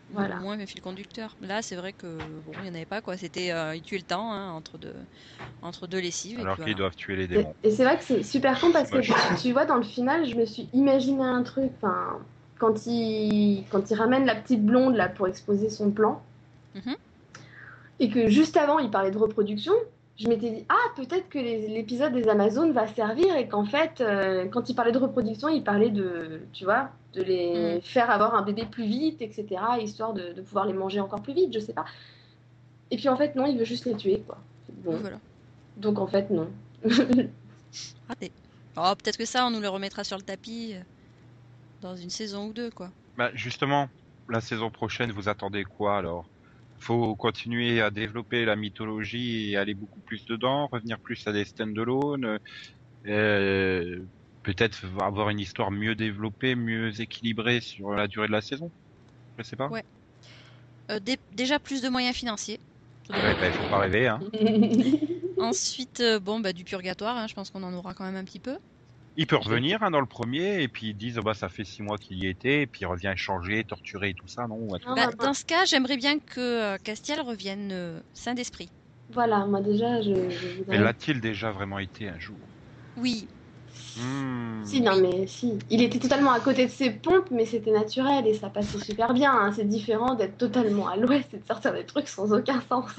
Voilà. Au moins un fil conducteur. Là, c'est vrai que bon, il n'y en avait pas quoi. C'était ils tuaient le temps hein, entre deux lessives. Alors et puis qu'ils voilà. doivent tuer les démons. Et c'est vrai que c'est super con parce que Moche. tu vois, dans le final, je me suis imaginé un truc. Enfin, quand il ramène la petite blonde là pour exposer son plan, Mhm. et que juste avant, il parlait de reproduction, je m'étais dit, ah, peut-être que l'épisode des Amazones va servir et qu'en fait, quand il parlait de reproduction, il parlait de, tu vois, de les faire avoir un bébé plus vite, etc., histoire de pouvoir les manger encore plus vite, je sais pas. Et puis en fait, non, il veut juste les tuer, quoi. Bon. Oui, voilà. Donc en fait, non. Raté. Oh, peut-être que ça, on nous le remettra sur le tapis dans une saison ou deux, quoi. Bah, justement, la saison prochaine, vous attendez quoi alors? Faut continuer à développer la mythologie et aller beaucoup plus dedans, revenir plus à des stand-alone, peut-être avoir une histoire mieux développée, mieux équilibrée sur la durée de la saison. Je sais pas. Ouais. Déjà plus de moyens financiers. Ouais, bah, il faut pas rêver, hein. Ensuite, bon, bah, du purgatoire, hein, je pense qu'on en aura quand même un petit peu. Il peut revenir hein, dans le premier et puis ils disent oh, bah ça fait 6 mois qu'il y était et puis il revient changer, torturer et tout ça, non? Un truc Bah, Ah, dans ce cas, j'aimerais bien que Castiel revienne sain d'esprit. voilà, moi déjà, je Mais voudrais. l'a-t-il déjà vraiment été un jour? Oui, Si, non, mais si. Il était totalement à côté de ses pompes, mais c'était naturel et ça passait super bien. Hein. C'est différent d'être totalement à l'ouest et de sortir des trucs sans aucun sens.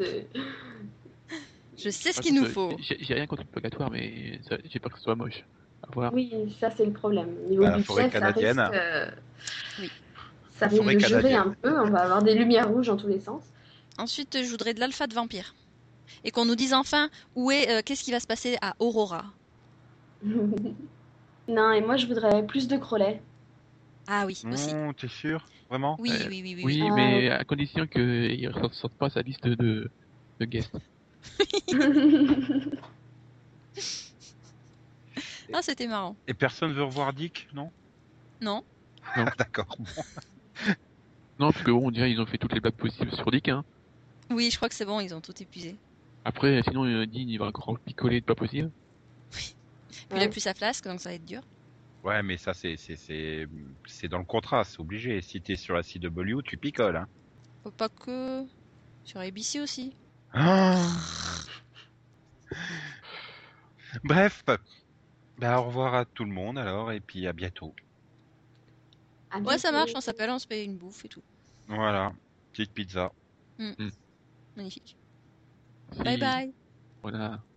je sais ce Par qu'il nous contre, faut. j'ai rien contre le purgatoire, mais j'ai peur que ce soit moche. À voir. Oui, ça c'est le problème. Au niveau Bah, la forêt budget, ça risque, canadienne. Oui. ça La risque forêt de jurer canadienne. un peu. On va avoir des lumières rouges dans tous les sens. Ensuite, je voudrais de l'alpha de vampire. Et qu'on nous dise enfin où est, qu'est-ce qui va se passer à Aurora. Non, et moi je voudrais plus de Crowley. Ah oui, aussi. T'es sûr? Vraiment? Oui, Euh, oui, oui, oui, oui. Oui, mais à condition qu'il ne ressorte pas sa liste de guests. Ah, c'était marrant. Et personne veut revoir Dick, non? Non? Non. D'accord. Non, parce que bon, on dirait qu'ils ont fait toutes les blagues possibles sur Dick. Hein. Oui, je crois que c'est bon, ils ont tout épuisé. Après, sinon, Dean, il va encore picoler de pas possible. Puis il a plus sa flasque, donc ça va être dur. Ouais, mais ça c'est dans le contrat, c'est obligé. Si t'es sur la CW, tu picoles, hein. Pas que sur ABC aussi. Ah Bref, bah au revoir à tout le monde alors et puis à bientôt. À Ouais, ça bientôt. marche, on s'appelle, on se paye une bouffe et tout. Voilà, petite pizza. Magnifique. Si, Bye bye. Voilà.